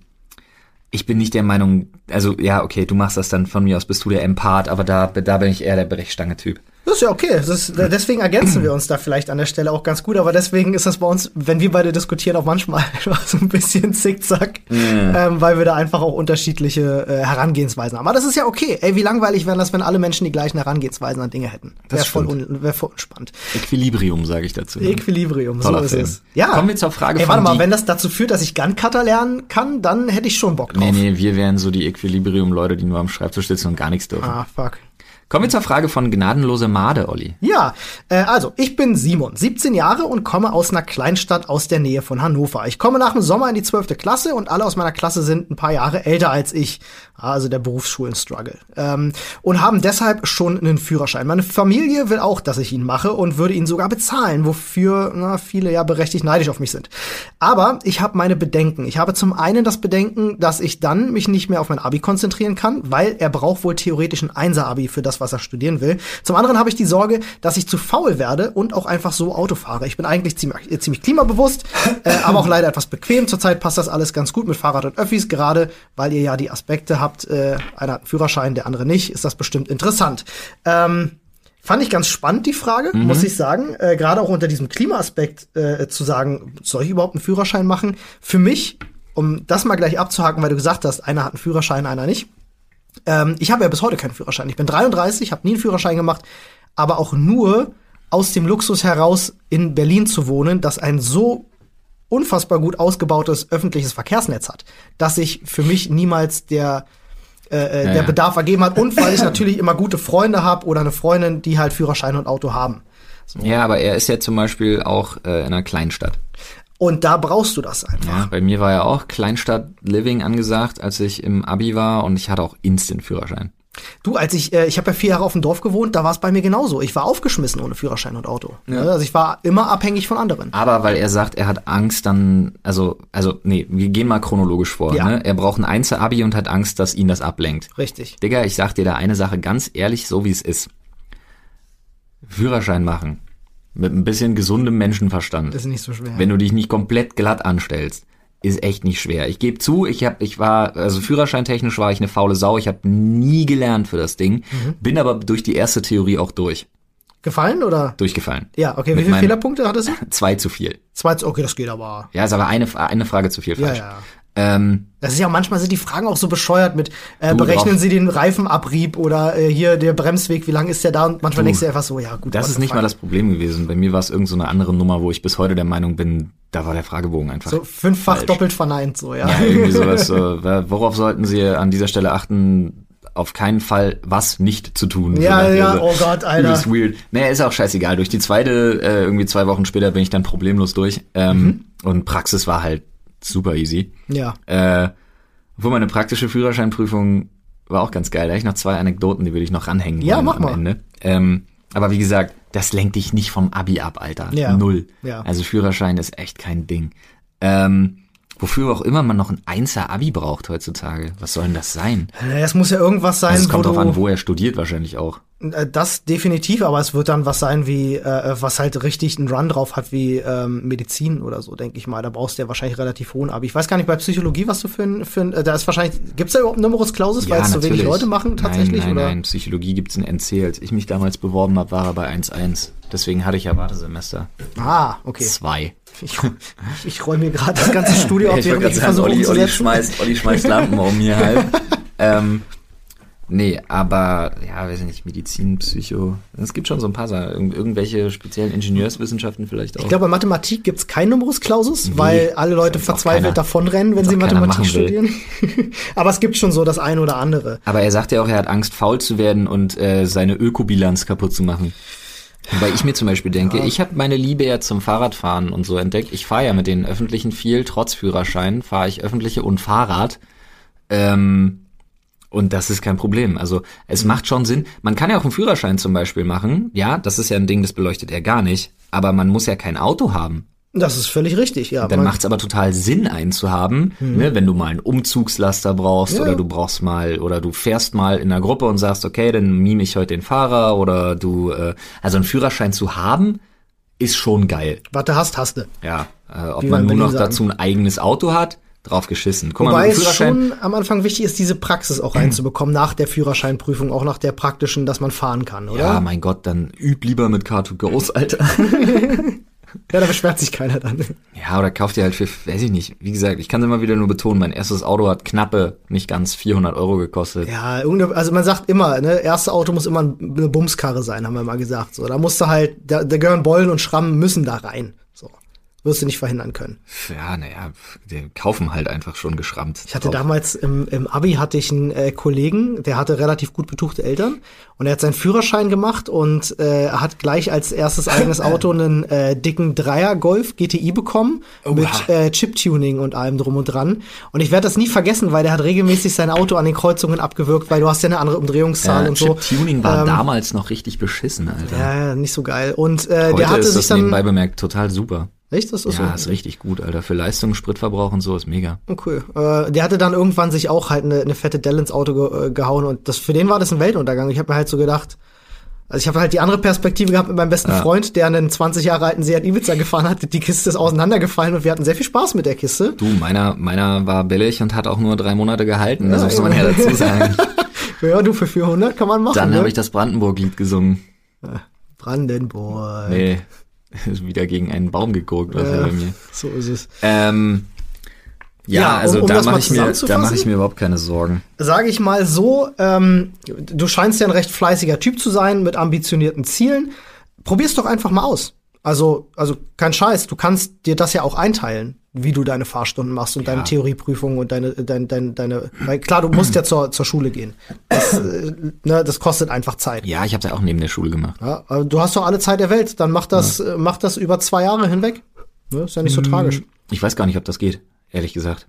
ich bin nicht der Meinung, also ja, okay, du machst das dann von mir aus, bist du der Empath, aber da, da bin ich eher der Brechstange-Typ. Das ist ja okay. Das ist, deswegen ergänzen wir uns da vielleicht an der Stelle auch ganz gut. Aber deswegen ist das bei uns, wenn wir beide diskutieren, auch manchmal so ein bisschen zickzack, yeah. ähm, weil wir da einfach auch unterschiedliche äh, Herangehensweisen haben. Aber das ist ja okay. Ey, wie langweilig wäre das, wenn alle Menschen die gleichen Herangehensweisen an Dinge hätten? Wäre voll, un, wär voll unspannend. Equilibrium, sage ich dazu. Ne? Equilibrium, Toller so ist Film. es. Ja. Kommen wir zur Frage Ey, von warte mal, die wenn das dazu führt, dass ich Gun-Cutter lernen kann, dann hätte ich schon Bock drauf. Nee, nee, wir wären so die Equilibrium-Leute, die nur am Schreibtisch sitzen und gar nichts dürfen. Ah, fuck. Kommen wir zur Frage von Gnadenlose Made, Olli. Ja, äh, also ich bin Simon, siebzehn Jahre und komme aus einer Kleinstadt aus der Nähe von Hannover. Ich komme nach dem Sommer in die zwölfte Klasse und alle aus meiner Klasse sind ein paar Jahre älter als ich. Also der Berufsschulen-Struggle. Ähm, und haben deshalb schon einen Führerschein. Meine Familie will auch, dass ich ihn mache und würde ihn sogar bezahlen, wofür na, viele ja berechtigt neidisch auf mich sind. Aber ich habe meine Bedenken. Ich habe zum einen das Bedenken, dass ich dann mich nicht mehr auf mein Abi konzentrieren kann, weil er braucht wohl theoretisch ein Einser-Abi für das, was er studieren will. Zum anderen habe ich die Sorge, dass ich zu faul werde und auch einfach so Auto fahre. Ich bin eigentlich ziemlich, äh, ziemlich klimabewusst, äh, aber auch leider etwas bequem. Zurzeit passt das alles ganz gut mit Fahrrad und Öffis, gerade weil ihr ja die Aspekte habt. Äh, einer hat einen Führerschein, der andere nicht. Ist das bestimmt interessant. Ähm, fand ich ganz spannend, die Frage, mhm. muss ich sagen. Äh, gerade auch unter diesem Klimaaspekt äh, zu sagen, soll ich überhaupt einen Führerschein machen? Für mich, um das mal gleich abzuhaken, weil du gesagt hast, einer hat einen Führerschein, einer nicht. Ähm, ich habe ja bis heute keinen Führerschein. Ich bin dreiunddreißig, habe nie einen Führerschein gemacht, aber auch nur aus dem Luxus heraus, in Berlin zu wohnen, das ein so unfassbar gut ausgebautes öffentliches Verkehrsnetz hat, dass sich für mich niemals der äh, ja, der ja. Bedarf ergeben hat und weil ich natürlich immer gute Freunde habe oder eine Freundin, die halt Führerschein und Auto haben. So. Ja, aber er ist ja zum Beispiel auch äh, in einer Kleinstadt. Und da brauchst du das einfach. Ja, bei mir war ja auch Kleinstadt-Living angesagt, als ich im Abi war und ich hatte auch Instant-Führerschein. Du, als ich, äh, ich habe ja vier Jahre auf dem Dorf gewohnt, da war es bei mir genauso. Ich war aufgeschmissen ohne Führerschein und Auto. Ja. Also ich war immer abhängig von anderen. Aber weil er sagt, er hat Angst, dann, also, also, nee, wir gehen mal chronologisch vor, Ja. ne? Er braucht ein Einzel-Abi und hat Angst, dass ihn das ablenkt. Richtig. Digga, ich sag dir da eine Sache ganz ehrlich, so wie es ist. Führerschein machen. Mit ein bisschen gesundem Menschenverstand. Das ist nicht so schwer. Wenn du dich nicht komplett glatt anstellst, ist echt nicht schwer. Ich gebe zu, ich hab, ich war, also führerscheintechnisch war ich eine faule Sau. Ich habe nie gelernt für das Ding, Mhm. bin aber durch die erste Theorie auch durch. Gefallen oder? Durchgefallen. Ja, okay. Wie Mit viele meinen- Fehlerpunkte hattest du? Zwei zu viel. Zwei, okay, das geht aber. Ja, ist aber eine, eine Frage zu viel Ja, falsch. ja. Ähm, Das ist ja manchmal sind die Fragen auch so bescheuert mit äh, Du, berechnen drauf- Sie den Reifenabrieb oder äh, hier der Bremsweg, wie lang ist der da? Und manchmal Du, denkst du einfach so, ja gut. das what ist the nicht fuck. mal das Problem gewesen. Bei mir war es irgend so eine andere Nummer, wo ich bis heute der Meinung bin, da war der Fragebogen einfach So fünffach falsch. doppelt verneint, so, ja. Ja, irgendwie sowas. So, worauf sollten Sie an dieser Stelle achten? Auf keinen Fall was nicht zu tun. Ja, So nach ja, dieser- oh Gott, Alter. Übelst weird. Naja, ist auch scheißegal. Durch die zweite, äh, irgendwie zwei Wochen später bin ich dann problemlos durch. Ähm, Mhm. Und Praxis war halt super easy. Ja. Äh, obwohl meine praktische Führerscheinprüfung war auch ganz geil. Da habe ich noch zwei Anekdoten, die würde ich noch ranhängen Ja, wollen mach am mal. Ende. Ähm, aber wie gesagt, das lenkt dich nicht vom Abi ab, Alter. Ja. Null. Ja. Also Führerschein ist echt kein Ding. Ähm, wofür auch immer man noch ein Einser-Abi braucht heutzutage. Was soll denn das sein? Es muss ja irgendwas sein, Also es kommt wo drauf du, an, wo er studiert wahrscheinlich auch. Äh, Das definitiv, aber es wird dann was sein wie, äh, was halt richtig einen Run drauf hat, wie ähm, Medizin oder so, denke ich mal. Da brauchst du ja wahrscheinlich relativ hohen Abi. Ich weiß gar nicht, bei Psychologie, was du für ein, für ein äh, da ist wahrscheinlich, gibt's da überhaupt Numerus Clausus, weil es so wenig Leute machen tatsächlich? Nein, nein, oder? nein, Psychologie gibt's in N C. Als ich mich damals beworben habe, war er bei eins eins. Deswegen hatte ich ja Wartesemester. Ah, okay. Zwei. Ich, ich, ich räume mir gerade das ganze Studio ab, ich wollte während gerade ich sagen, versuche Olli, Olli, umzusetzen. schmeißt, Olli schmeißt Lampen um hier halt. ähm, nee, aber, ja, weiß ich nicht, Medizin, Psycho. Es gibt schon so ein paar Sachen. Irg irgendwelche speziellen Ingenieurswissenschaften vielleicht auch. Ich glaube, bei Mathematik gibt's kein Numerus Clausus, Nee, weil alle Leute das ist auch verzweifelt keiner- davonrennen, wenn das sie auch keiner Mathematik machen will. studieren. Aber es gibt schon so das eine oder andere. Aber er sagt ja auch, er hat Angst, faul zu werden und äh, seine Ökobilanz kaputt zu machen. Wobei ich mir zum Beispiel denke, Ja. ich habe meine Liebe ja zum Fahrradfahren und so entdeckt. Ich fahre ja mit den Öffentlichen viel, trotz Führerschein fahre ich Öffentliche und Fahrrad. Ähm, und das ist kein Problem. Also es macht schon Sinn. Man kann ja auch einen Führerschein zum Beispiel machen. Ja, das ist ja ein Ding, das beleuchtet er gar nicht. Aber man muss ja kein Auto haben. Das ist völlig richtig, ja. Dann Man- macht es aber total Sinn, einen zu haben, ne, wenn du mal einen Umzugslaster brauchst Ja. oder du brauchst mal oder du fährst mal in einer Gruppe und sagst, okay, dann mime ich heute den Fahrer oder du, äh, also einen Führerschein zu haben, ist schon geil. was du hast, hast du. Ja, äh, ob Wie man wir in nur Berlin noch sagen. dazu ein eigenes Auto hat, drauf geschissen. Guck mal, Wobei mit dem es Führerschein, schon am Anfang wichtig ist, diese Praxis auch reinzubekommen, nach der Führerscheinprüfung, auch nach der praktischen, dass man fahren kann, oder? ja, mein Gott, dann üb lieber mit Car to Go's, Alter. Ja, da beschwert sich keiner dann. Ja, oder kauf dir halt für, weiß ich nicht, wie gesagt, ich kann es immer wieder nur betonen, mein erstes Auto hat knappe, nicht ganz vierhundert Euro gekostet. Ja, irgendeine- also man sagt immer, ne, erste Auto muss immer eine Bumskarre sein, haben wir mal gesagt. So, da musst du halt, da, da gehören Bollen und Schrammen müssen da rein. So. Wirst du nicht verhindern können. Ja, naja, die kaufen halt einfach schon geschrammt. Ich hatte drauf. damals im, im Abi hatte ich einen äh, Kollegen, der hatte relativ gut betuchte Eltern und er hat seinen Führerschein gemacht und äh, hat gleich als erstes eigenes Auto einen äh, dicken Dreier Golf G T I bekommen Oha. mit äh, Chip-Tuning und allem drum und dran. Und ich werde das nie vergessen, weil der hat regelmäßig sein Auto an den Kreuzungen abgewürgt, weil du hast ja eine andere Umdrehungszahl Ja, und so. Chip-Tuning war Ähm, damals noch richtig beschissen, Alter. Ja, ja, nicht so geil. Und äh, Heute der hatte ist sich das dann. nebenbei bemerkt total super. Echt? Das ist Ja, so. ist richtig gut, Alter. Für Leistung, Spritverbrauch und so ist mega. Cool. Äh, der hatte dann irgendwann sich auch halt eine, eine fette Dell ins Auto ge äh, gehauen und das für den war das ein Weltuntergang. Ich habe mir halt so gedacht, also ich habe halt die andere Perspektive gehabt mit meinem besten Ja. Freund, der einen zwanzig Jahre alten Seat Ibiza gefahren hat. Die Kiste ist auseinandergefallen und wir hatten sehr viel Spaß mit der Kiste. Du, meiner, meiner war billig und hat auch nur drei Monate gehalten. Das Ja, muss man ja eben. dazu sagen. Ja, du für vierhundert kann man machen. Dann ne? habe ich das Brandenburg-Lied gesungen. Brandenburg. Nee, ist wieder gegen einen Baum gegurkt, was Ja, bei mir. so ist es. Ähm, ja, Ja, um- also um da das mal mache ich mir, da zusammenzufassen? mache ich mir überhaupt keine Sorgen. Sage ich mal so, ähm, du scheinst ja ein recht fleißiger Typ zu sein mit ambitionierten Zielen. Probier's doch einfach mal aus. Also, also kein Scheiß, du kannst dir das ja auch einteilen, wie du deine Fahrstunden machst und Ja. deine Theorieprüfungen und deine, deine, deine, deine, weil klar, du musst ja zur, zur Schule gehen. Das, äh, ne, das kostet einfach Zeit. Ja, ich habe ja auch neben der Schule gemacht. Ja, aber du hast doch alle Zeit der Welt, dann mach das, äh, mach das über zwei Jahre hinweg. Ne, ist ja nicht so tragisch. Ich weiß gar nicht, ob das geht, ehrlich gesagt.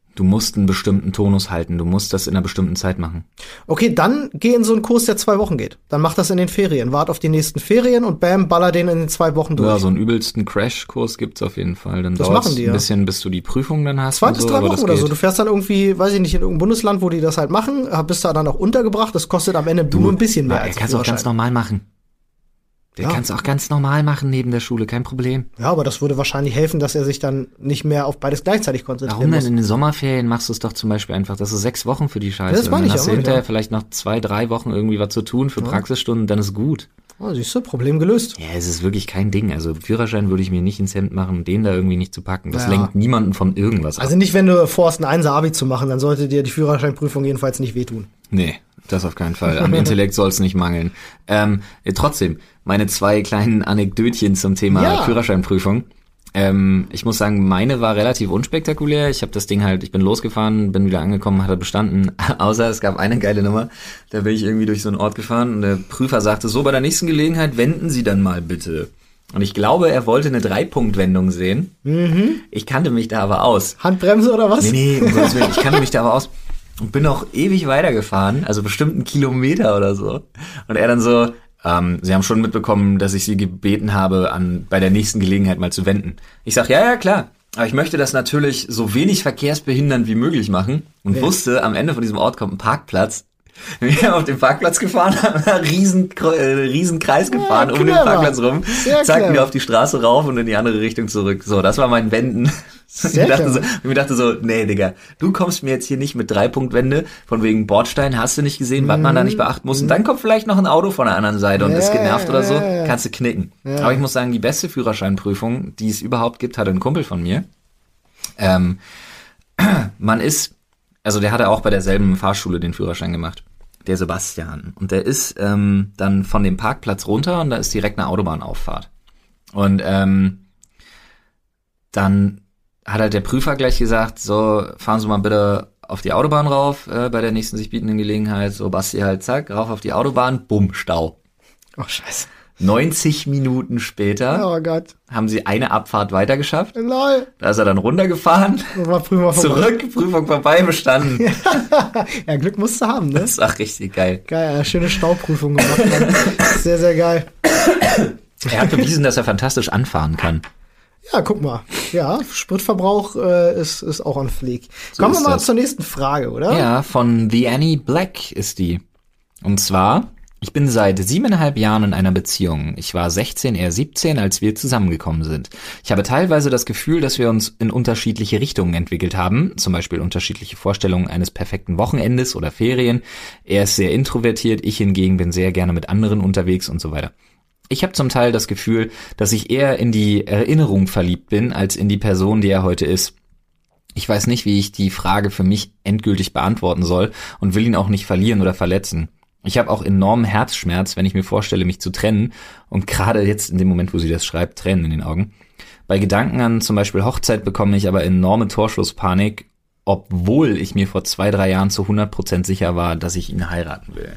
Du musst einen bestimmten Tonus halten, du musst das in einer bestimmten Zeit machen. Okay, dann geh in so einen Kurs, der zwei Wochen geht. Dann mach das in den Ferien. Wart auf die nächsten Ferien und bam, baller den in den zwei Wochen durch. Ja, so einen übelsten Crashkurs gibt's auf jeden Fall. Dann das dauert's machen die, ein ja. bisschen, bis du die Prüfung dann hast. Zwei bis so, drei Wochen oder geht. so. Du fährst dann irgendwie, weiß ich nicht, in irgendein Bundesland, wo die das halt machen, bist da dann auch untergebracht. Das kostet am Ende du, nur ein bisschen mehr na, als kannst du auch ganz normal machen. Der ja. kannst auch ganz normal machen neben der Schule, kein Problem. Ja, aber das würde wahrscheinlich helfen, dass er sich dann nicht mehr auf beides gleichzeitig konzentrieren Warum muss. denn? In den Sommerferien machst du es doch zum Beispiel einfach, das ist sechs Wochen für die Scheiße. Das meine und dann ich hast du auch, hinterher ja. vielleicht noch zwei, drei Wochen irgendwie was zu tun für Ja. Praxisstunden, dann ist gut. Oh, siehst du, Problem gelöst. Ja, es ist wirklich kein Ding. Also Führerschein würde ich mir nicht ins Hemd machen, den da irgendwie nicht zu packen. Das Ja. lenkt niemanden von irgendwas ab. Also nicht, wenn du vorhast, ein Einser-Abi zu machen, dann sollte dir die Führerscheinprüfung jedenfalls nicht wehtun. Nee, das auf keinen Fall. Am Intellekt soll es nicht mangeln. Ähm, äh, trotzdem, meine zwei kleinen Anekdötchen zum Thema Ja. Führerscheinprüfung. Ähm, ich muss sagen, meine war relativ unspektakulär. Ich habe das Ding halt, ich bin losgefahren, bin wieder angekommen, hat er bestanden. Außer es gab eine geile Nummer. Da bin ich irgendwie durch so einen Ort gefahren und der Prüfer sagte, so, bei der nächsten Gelegenheit wenden Sie dann mal bitte. Und ich glaube, er wollte eine Dreipunktwendung sehen. Mhm. Ich kannte mich da aber aus. Handbremse oder was? Nee, nee, um Gottes Willen, ich kannte mich da aber aus und bin noch ewig weitergefahren, also bestimmt einen Kilometer oder so. Und er dann so, ähm, Sie haben schon mitbekommen, dass ich Sie gebeten habe, an bei der nächsten Gelegenheit mal zu wenden. Ich sag, ja, ja, klar. Aber ich möchte das natürlich so wenig verkehrsbehindernd wie möglich machen und Ja. wusste, am Ende von diesem Ort kommt ein Parkplatz. Wir auf den Parkplatz gefahren, haben einen riesen, äh, riesen Kreis gefahren, Ja, um den clever. Parkplatz rum, Sehr zackten clever. wir auf die Straße rauf und in die andere Richtung zurück. So, das war mein Wenden. Sehr ich, dachte so, clever. ich mir dachte so, nee, Digga, du kommst mir jetzt hier nicht mit Dreipunktwende, von wegen Bordstein, hast du nicht gesehen, was man da nicht beachten muss. Und dann kommt vielleicht noch ein Auto von der anderen Seite und Ja, ist genervt oder so, ja, ja. kannst du knicken. Ja. Aber ich muss sagen, die beste Führerscheinprüfung, die es überhaupt gibt, hatte ein Kumpel von mir. Ähm, man ist, also der hatte auch bei derselben Fahrschule den Führerschein gemacht. Der Sebastian. Und der ist ähm, dann von dem Parkplatz runter und da ist direkt eine Autobahnauffahrt. Und ähm, dann hat halt der Prüfer gleich gesagt, so, fahren Sie mal bitte auf die Autobahn rauf, äh, bei der nächsten sich bietenden Gelegenheit. So, Basti halt, zack, rauf auf die Autobahn, bumm, Stau. Oh, scheiße. neunzig Minuten später Oh Gott. haben sie eine Abfahrt weiter geschafft. Lol. Da ist er dann runtergefahren, Das war Prüfer vorbei. zurück, Prüfung vorbei, bestanden. Ja, Glück musst du haben, ne? Das ist auch richtig geil. Geil, eine schöne Stauprüfung gemacht. Mann. Sehr, sehr geil. Er hat bewiesen, dass er fantastisch anfahren kann. Ja, guck mal. Ja, Spritverbrauch äh, ist, ist auch on fleek. So Kommen wir ist mal das. zur nächsten Frage, oder? Ja, von The Annie Black ist die. Und zwar, ich bin seit siebeneinhalb Jahren in einer Beziehung. Ich war sechzehn, er siebzehn, als wir zusammengekommen sind. Ich habe teilweise das Gefühl, dass wir uns in unterschiedliche Richtungen entwickelt haben. Zum Beispiel unterschiedliche Vorstellungen eines perfekten Wochenendes oder Ferien. Er ist sehr introvertiert, ich hingegen bin sehr gerne mit anderen unterwegs und so weiter. Ich habe zum Teil das Gefühl, dass ich eher in die Erinnerung verliebt bin, als in die Person, die er heute ist. Ich weiß nicht, wie ich die Frage für mich endgültig beantworten soll und will ihn auch nicht verlieren oder verletzen. Ich habe auch enormen Herzschmerz, wenn ich mir vorstelle, mich zu trennen und gerade jetzt in dem Moment, wo sie das schreibt, Tränen in den Augen. Bei Gedanken an zum Beispiel Hochzeit bekomme ich aber enorme Torschusspanik, obwohl ich mir vor zwei, drei Jahren zu hundert Prozent sicher war, dass ich ihn heiraten will.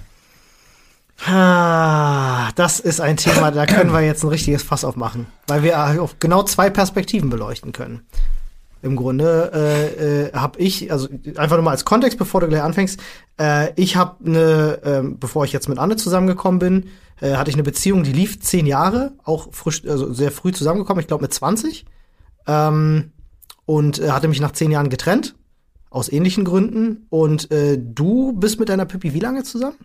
Ah, das ist ein Thema, da können wir jetzt ein richtiges Fass aufmachen, weil wir auf genau zwei Perspektiven beleuchten können. Im Grunde äh, äh, habe ich, also einfach nur mal als Kontext, bevor du gleich anfängst, äh, ich habe eine, äh, bevor ich jetzt mit Anne zusammengekommen bin, äh, hatte ich eine Beziehung, die lief zehn Jahre, auch frisch, also sehr früh zusammengekommen, ich glaube mit zwanzig, ähm, und äh, hatte mich nach zehn Jahren getrennt, aus ähnlichen Gründen. Und äh, du bist mit deiner Pippi wie lange zusammen?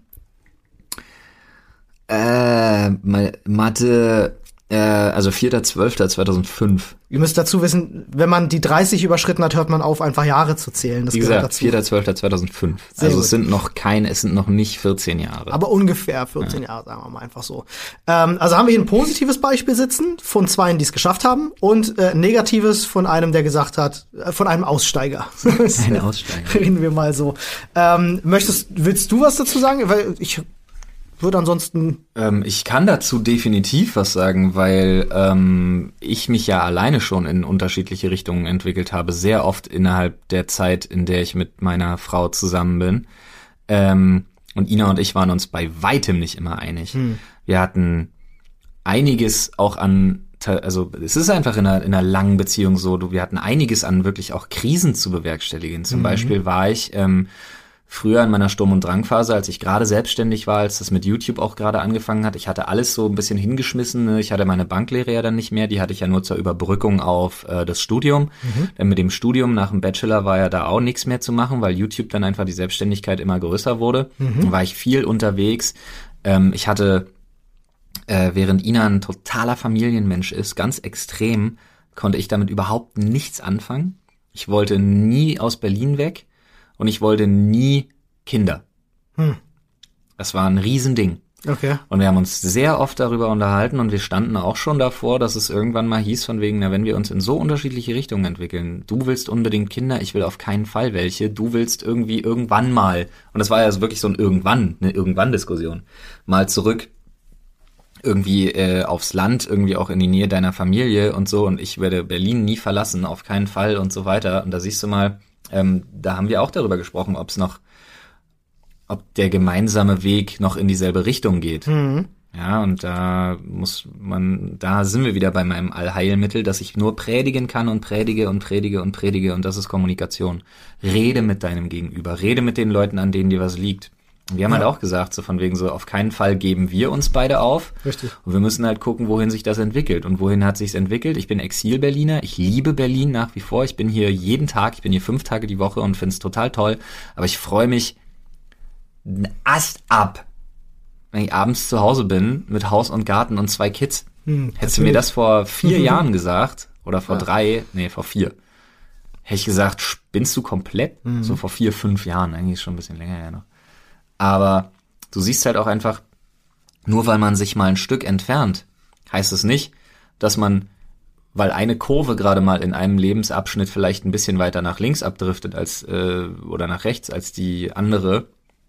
Äh, Mathe, äh, also vierter zwölfter zweitausendfünf. Ihr müsst dazu wissen, wenn man die dreißig überschritten hat, hört man auf, einfach Jahre zu zählen. Das Wie gehört gesagt, dazu. vierter zwölfter zweitausendfünf. Sehr Also gut. es sind noch keine, es sind noch nicht vierzehn Jahre. Aber ungefähr vierzehn Jahre, sagen wir mal einfach so. Ähm, also haben wir hier ein positives Beispiel sitzen von zweien, die es geschafft haben, und äh, negatives von einem, der gesagt hat, äh, von einem Aussteiger. Ein Aussteiger. Reden wir mal so. Ähm, möchtest, willst du was dazu sagen? Weil ich würde ansonsten. Ähm, ich kann dazu definitiv was sagen, weil ähm, ich mich ja alleine schon in unterschiedliche Richtungen entwickelt habe, sehr oft innerhalb der Zeit, in der ich mit meiner Frau zusammen bin. Ähm, und Ina und ich waren uns bei weitem nicht immer einig. Hm. Wir hatten einiges auch an also es ist einfach in einer, in einer langen Beziehung so, du, wir hatten einiges an wirklich auch Krisen zu bewerkstelligen. Zum mhm. Beispiel war ich ähm, früher in meiner Sturm- und Drangphase, als ich gerade selbstständig war, als das mit YouTube auch gerade angefangen hat, ich hatte alles so ein bisschen hingeschmissen. Ne? Ich hatte meine Banklehre ja dann nicht mehr, die hatte ich ja nur zur Überbrückung auf äh, das Studium. Mhm. Denn mit dem Studium nach dem Bachelor war ja da auch nichts mehr zu machen, weil YouTube dann einfach die Selbstständigkeit immer größer wurde. Mhm. Dann war ich viel unterwegs. Ähm, ich hatte Äh, während Ina ein totaler Familienmensch ist, ganz extrem, konnte ich damit überhaupt nichts anfangen. Ich wollte nie aus Berlin weg und ich wollte nie Kinder. Hm. Das war ein Riesending. Okay. Und wir haben uns sehr oft darüber unterhalten und wir standen auch schon davor, dass es irgendwann mal hieß von wegen, na, wenn wir uns in so unterschiedliche Richtungen entwickeln, du willst unbedingt Kinder, ich will auf keinen Fall welche, du willst irgendwie irgendwann mal, und das war ja wirklich so ein Irgendwann, eine Irgendwann-Diskussion, mal zurück irgendwie äh, aufs Land, irgendwie auch in die Nähe deiner Familie und so, und ich werde Berlin nie verlassen, auf keinen Fall und so weiter. Und da siehst du mal, ähm, da haben wir auch darüber gesprochen, ob es noch, ob der gemeinsame Weg noch in dieselbe Richtung geht. Mhm. Ja, und da muss man, da sind wir wieder bei meinem Allheilmittel, dass ich nur predigen kann und predige und predige und predige, und das ist Kommunikation. Rede mit deinem Gegenüber, rede mit den Leuten, an denen dir was liegt. Wir haben ja. halt auch gesagt, so von wegen so, auf keinen Fall geben wir uns beide auf. Richtig. Und wir müssen halt gucken, wohin sich das entwickelt. Und wohin hat sich's entwickelt? Ich bin Exil-Berliner, ich liebe Berlin nach wie vor. Ich bin hier jeden Tag, ich bin hier fünf Tage die Woche und find's total toll. Aber ich freue mich Ast ab, wenn ich abends zu Hause bin mit Haus und Garten und zwei Kids. Hm, Hättest du mir das vor vier Jahren gesagt, oder vor ja. drei, nee, vor vier, hätte ich gesagt, spinnst du komplett? Mhm. So vor vier, fünf Jahren, eigentlich ist schon ein bisschen länger her noch. Aber du siehst halt auch einfach, nur weil man sich mal ein Stück entfernt, heißt es nicht, dass man, weil eine Kurve gerade mal in einem Lebensabschnitt vielleicht ein bisschen weiter nach links abdriftet als äh, oder nach rechts als die andere,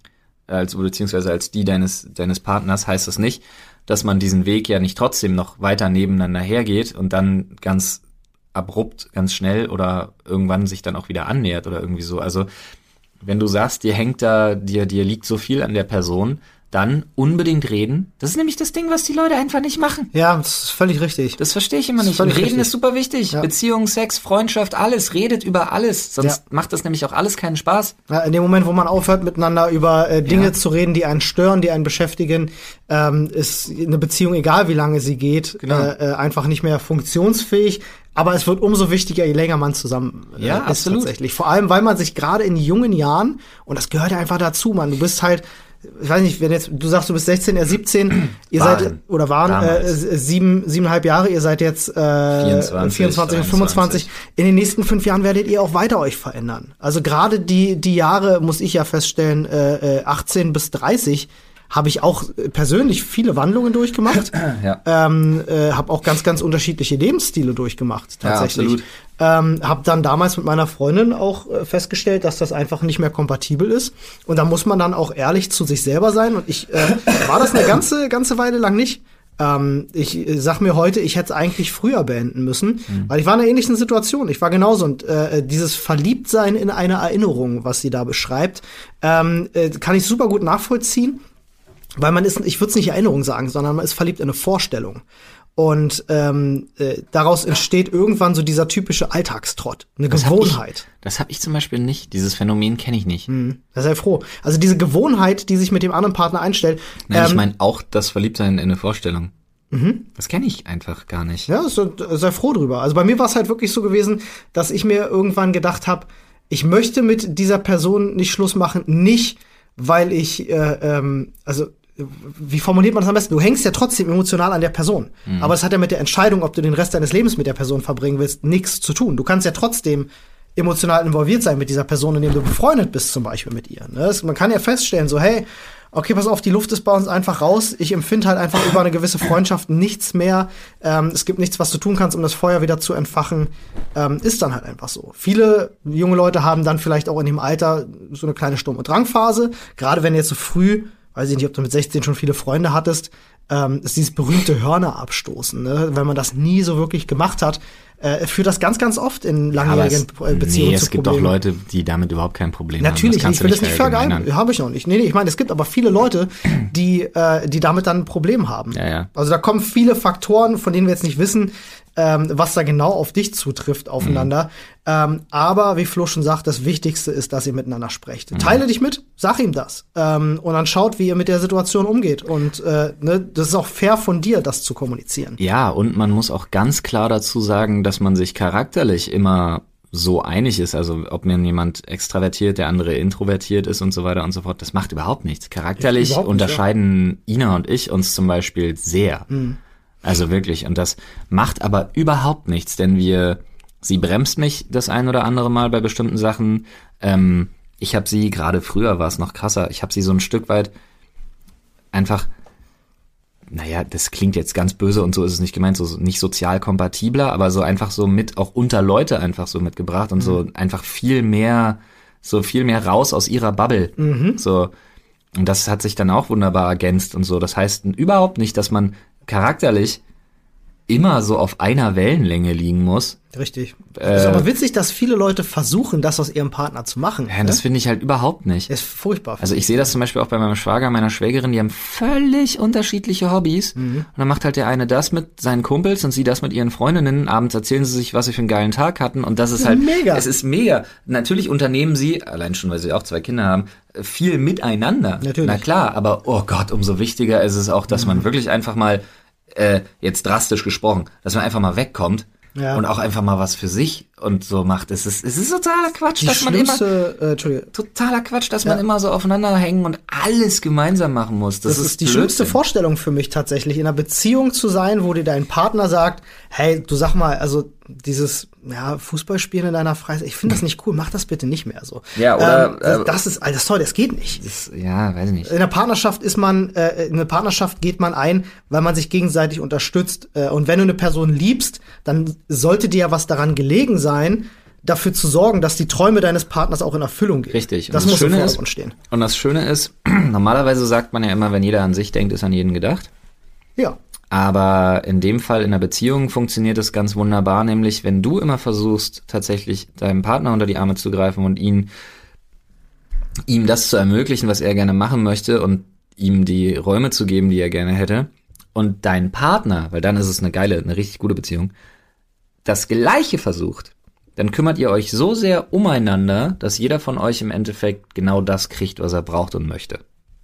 als beziehungsweise als die deines deines Partners, heißt das nicht, dass man diesen Weg ja nicht trotzdem noch weiter nebeneinander hergeht und dann ganz abrupt, ganz schnell oder irgendwann sich dann auch wieder annähert oder irgendwie so. Also wenn du sagst, dir hängt da, dir, dir liegt so viel an der Person, dann unbedingt reden. Das ist nämlich das Ding, was die Leute einfach nicht machen. Ja, das ist völlig richtig. Das verstehe ich immer nicht. Und reden richtig. Ist super wichtig. Ja. Beziehung, Sex, Freundschaft, alles. Redet über alles. Sonst ja. macht das nämlich auch alles keinen Spaß. Ja, in dem Moment, wo man aufhört, miteinander über äh, Dinge ja. zu reden, die einen stören, die einen beschäftigen, ähm, ist eine Beziehung, egal wie lange sie geht, genau. äh, einfach nicht mehr funktionsfähig. Aber es wird umso wichtiger, je länger man zusammen äh, ja, ist absolut. Tatsächlich. Vor allem, weil man sich gerade in jungen Jahren, und das gehört ja einfach dazu, man, du bist halt, ich weiß nicht, wenn jetzt, du sagst, du bist sechzehn, er siebzehn, ihr waren. seid, oder waren, äh, sieben, siebeneinhalb Jahre, ihr seid jetzt, äh, vierundzwanzig, vierundzwanzig und fünfundzwanzig. In den nächsten fünf Jahren werdet ihr auch weiter euch verändern. Also gerade die, die Jahre, muss ich ja feststellen, äh, achtzehn bis dreißig, habe ich auch persönlich viele Wandlungen durchgemacht. Ja. Ähm, äh, habe auch ganz, ganz unterschiedliche Lebensstile durchgemacht, tatsächlich. Ja, ähm, habe dann damals mit meiner Freundin auch äh, festgestellt, dass das einfach nicht mehr kompatibel ist. Und da muss man dann auch ehrlich zu sich selber sein. Und ich äh, war das eine ganze, ganze Weile lang nicht. Ähm, ich äh, sag mir heute, ich hätte es eigentlich früher beenden müssen, mhm. weil ich war in einer ähnlichen Situation. Ich war genauso. Und äh, dieses Verliebtsein in eine Erinnerung, was sie da beschreibt, ähm, äh, kann ich super gut nachvollziehen. Weil man ist, ich würde es nicht Erinnerung sagen, sondern man ist verliebt in eine Vorstellung. Und ähm, äh, daraus entsteht irgendwann so dieser typische Alltagstrott, eine das Gewohnheit. Hab ich, das habe ich zum Beispiel nicht. Dieses Phänomen kenne ich nicht. Hm, da sei froh. Also diese Gewohnheit, die sich mit dem anderen Partner einstellt. Nein, ähm, ich meine auch das Verliebtsein in eine Vorstellung. Mhm. Das kenne ich einfach gar nicht. Ja, so, sei froh drüber. Also bei mir war es halt wirklich so gewesen, dass ich mir irgendwann gedacht habe, ich möchte mit dieser Person nicht Schluss machen, nicht weil ich, äh, ähm, also wie formuliert man das am besten? Du hängst ja trotzdem emotional an der Person. Mhm. Aber es hat ja mit der Entscheidung, ob du den Rest deines Lebens mit der Person verbringen willst, nichts zu tun. Du kannst ja trotzdem emotional involviert sein mit dieser Person, indem du befreundet bist zum Beispiel mit ihr. Ne? Man kann ja feststellen, so hey, okay, pass auf, die Luft ist bei uns einfach raus. Ich empfinde halt einfach über eine gewisse Freundschaft nichts mehr. Ähm, es gibt nichts, was du tun kannst, um das Feuer wieder zu entfachen. Ähm, ist dann halt einfach so. Viele junge Leute haben dann vielleicht auch in dem Alter so eine kleine Sturm- und Drangphase. Gerade wenn jetzt so früh, weiß ich nicht, ob du mit sechzehn schon viele Freunde hattest, ähm, ist dieses berühmte Hörner abstoßen. Ne? Wenn man das nie so wirklich gemacht hat, äh, führt das ganz, ganz oft in langjährigen aber es, Beziehungen nee, zu es gibt Problemen. auch Leute, die damit überhaupt kein Problem Natürlich, haben. ich will das nicht verallgemeinern. Habe ich auch nicht. Nee, nee, ich meine, es gibt aber viele Leute, die, äh, die damit dann ein Problem haben. Ja, ja. Also da kommen viele Faktoren, von denen wir jetzt nicht wissen, ähm, was da genau auf dich zutrifft, aufeinander. Mhm. Ähm, aber wie Flo schon sagt, das Wichtigste ist, dass ihr miteinander sprecht. Mhm. Teile dich mit, sag ihm das. Ähm, und dann schaut, wie ihr mit der Situation umgeht. Und äh, ne, das ist auch fair von dir, das zu kommunizieren. Ja, und man muss auch ganz klar dazu sagen, dass man sich charakterlich immer so einig ist, also ob mir jemand extravertiert, der andere introvertiert ist und so weiter und so fort, das macht überhaupt nichts. Charakterlich überhaupt nicht, unterscheiden ja. Ina und ich uns zum Beispiel sehr. Mhm. Also wirklich. Und das macht aber überhaupt nichts, denn wir, sie bremst mich das ein oder andere Mal bei bestimmten Sachen. Ähm, ich habe sie, gerade früher war es noch krasser, ich habe sie so ein Stück weit einfach, naja, das klingt jetzt ganz böse und so ist es nicht gemeint, so nicht sozial kompatibler, aber so einfach so mit, auch unter Leute einfach so mitgebracht und mhm. so einfach viel mehr, so viel mehr raus aus ihrer Bubble. Mhm. So. Und das hat sich dann auch wunderbar ergänzt und so. Das heißt überhaupt nicht, dass man charakterlich immer so auf einer Wellenlänge liegen muss. Richtig. Äh, ist aber witzig, dass viele Leute versuchen, das aus ihrem Partner zu machen. Ja, ne? Das finde ich halt überhaupt nicht. Das ist furchtbar. Also ich sehe das zum Beispiel auch bei meinem Schwager, meiner Schwägerin, die haben völlig unterschiedliche Hobbys. Mhm. Und dann macht halt der eine das mit seinen Kumpels und sie das mit ihren Freundinnen. Abends erzählen sie sich, was sie für einen geilen Tag hatten. Und das ist halt mega. Es ist mega. Natürlich unternehmen sie, allein schon, weil sie auch zwei Kinder haben, viel miteinander. Natürlich. Na klar, aber oh Gott, umso wichtiger ist es auch, dass mhm. man wirklich einfach mal Äh, jetzt drastisch gesprochen, dass man einfach mal wegkommt ja. und auch einfach mal was für sich und so macht. Es ist, es ist totaler Quatsch, Die dass man immer äh, totaler Quatsch, dass ja. man immer so aufeinander hängen und alles gemeinsam machen muss. Das, das ist ist die Blödsinn. schlimmste Vorstellung für mich tatsächlich, in einer Beziehung zu sein, wo dir dein Partner sagt, hey, du sag mal, also dieses ja, Fußballspielen in deiner Freizeit, ich finde das nicht cool, mach das bitte nicht mehr so. Ja, oder ähm, das, das ist, also sorry, das geht nicht. Das, ja, weiß ich nicht. In einer Partnerschaft ist man, äh, in eine Partnerschaft geht man ein, weil man sich gegenseitig unterstützt. Äh, und wenn du eine Person liebst, dann sollte dir ja was daran gelegen sein, dafür zu sorgen, dass die Träume deines Partners auch in Erfüllung gehen. Richtig. Das, das muss im Vordergrund stehen. Und das Schöne ist, normalerweise sagt man ja immer, wenn jeder an sich denkt, ist an jeden gedacht. Ja. Aber in dem Fall in einer Beziehung funktioniert es ganz wunderbar, nämlich wenn du immer versuchst, tatsächlich deinem Partner unter die Arme zu greifen und ihn, ihm das zu ermöglichen, was er gerne machen möchte und ihm die Räume zu geben, die er gerne hätte, und dein Partner, weil dann ist es eine geile, eine richtig gute Beziehung, das Gleiche versucht, dann kümmert ihr euch so sehr umeinander, dass jeder von euch im Endeffekt genau das kriegt, was er braucht und möchte.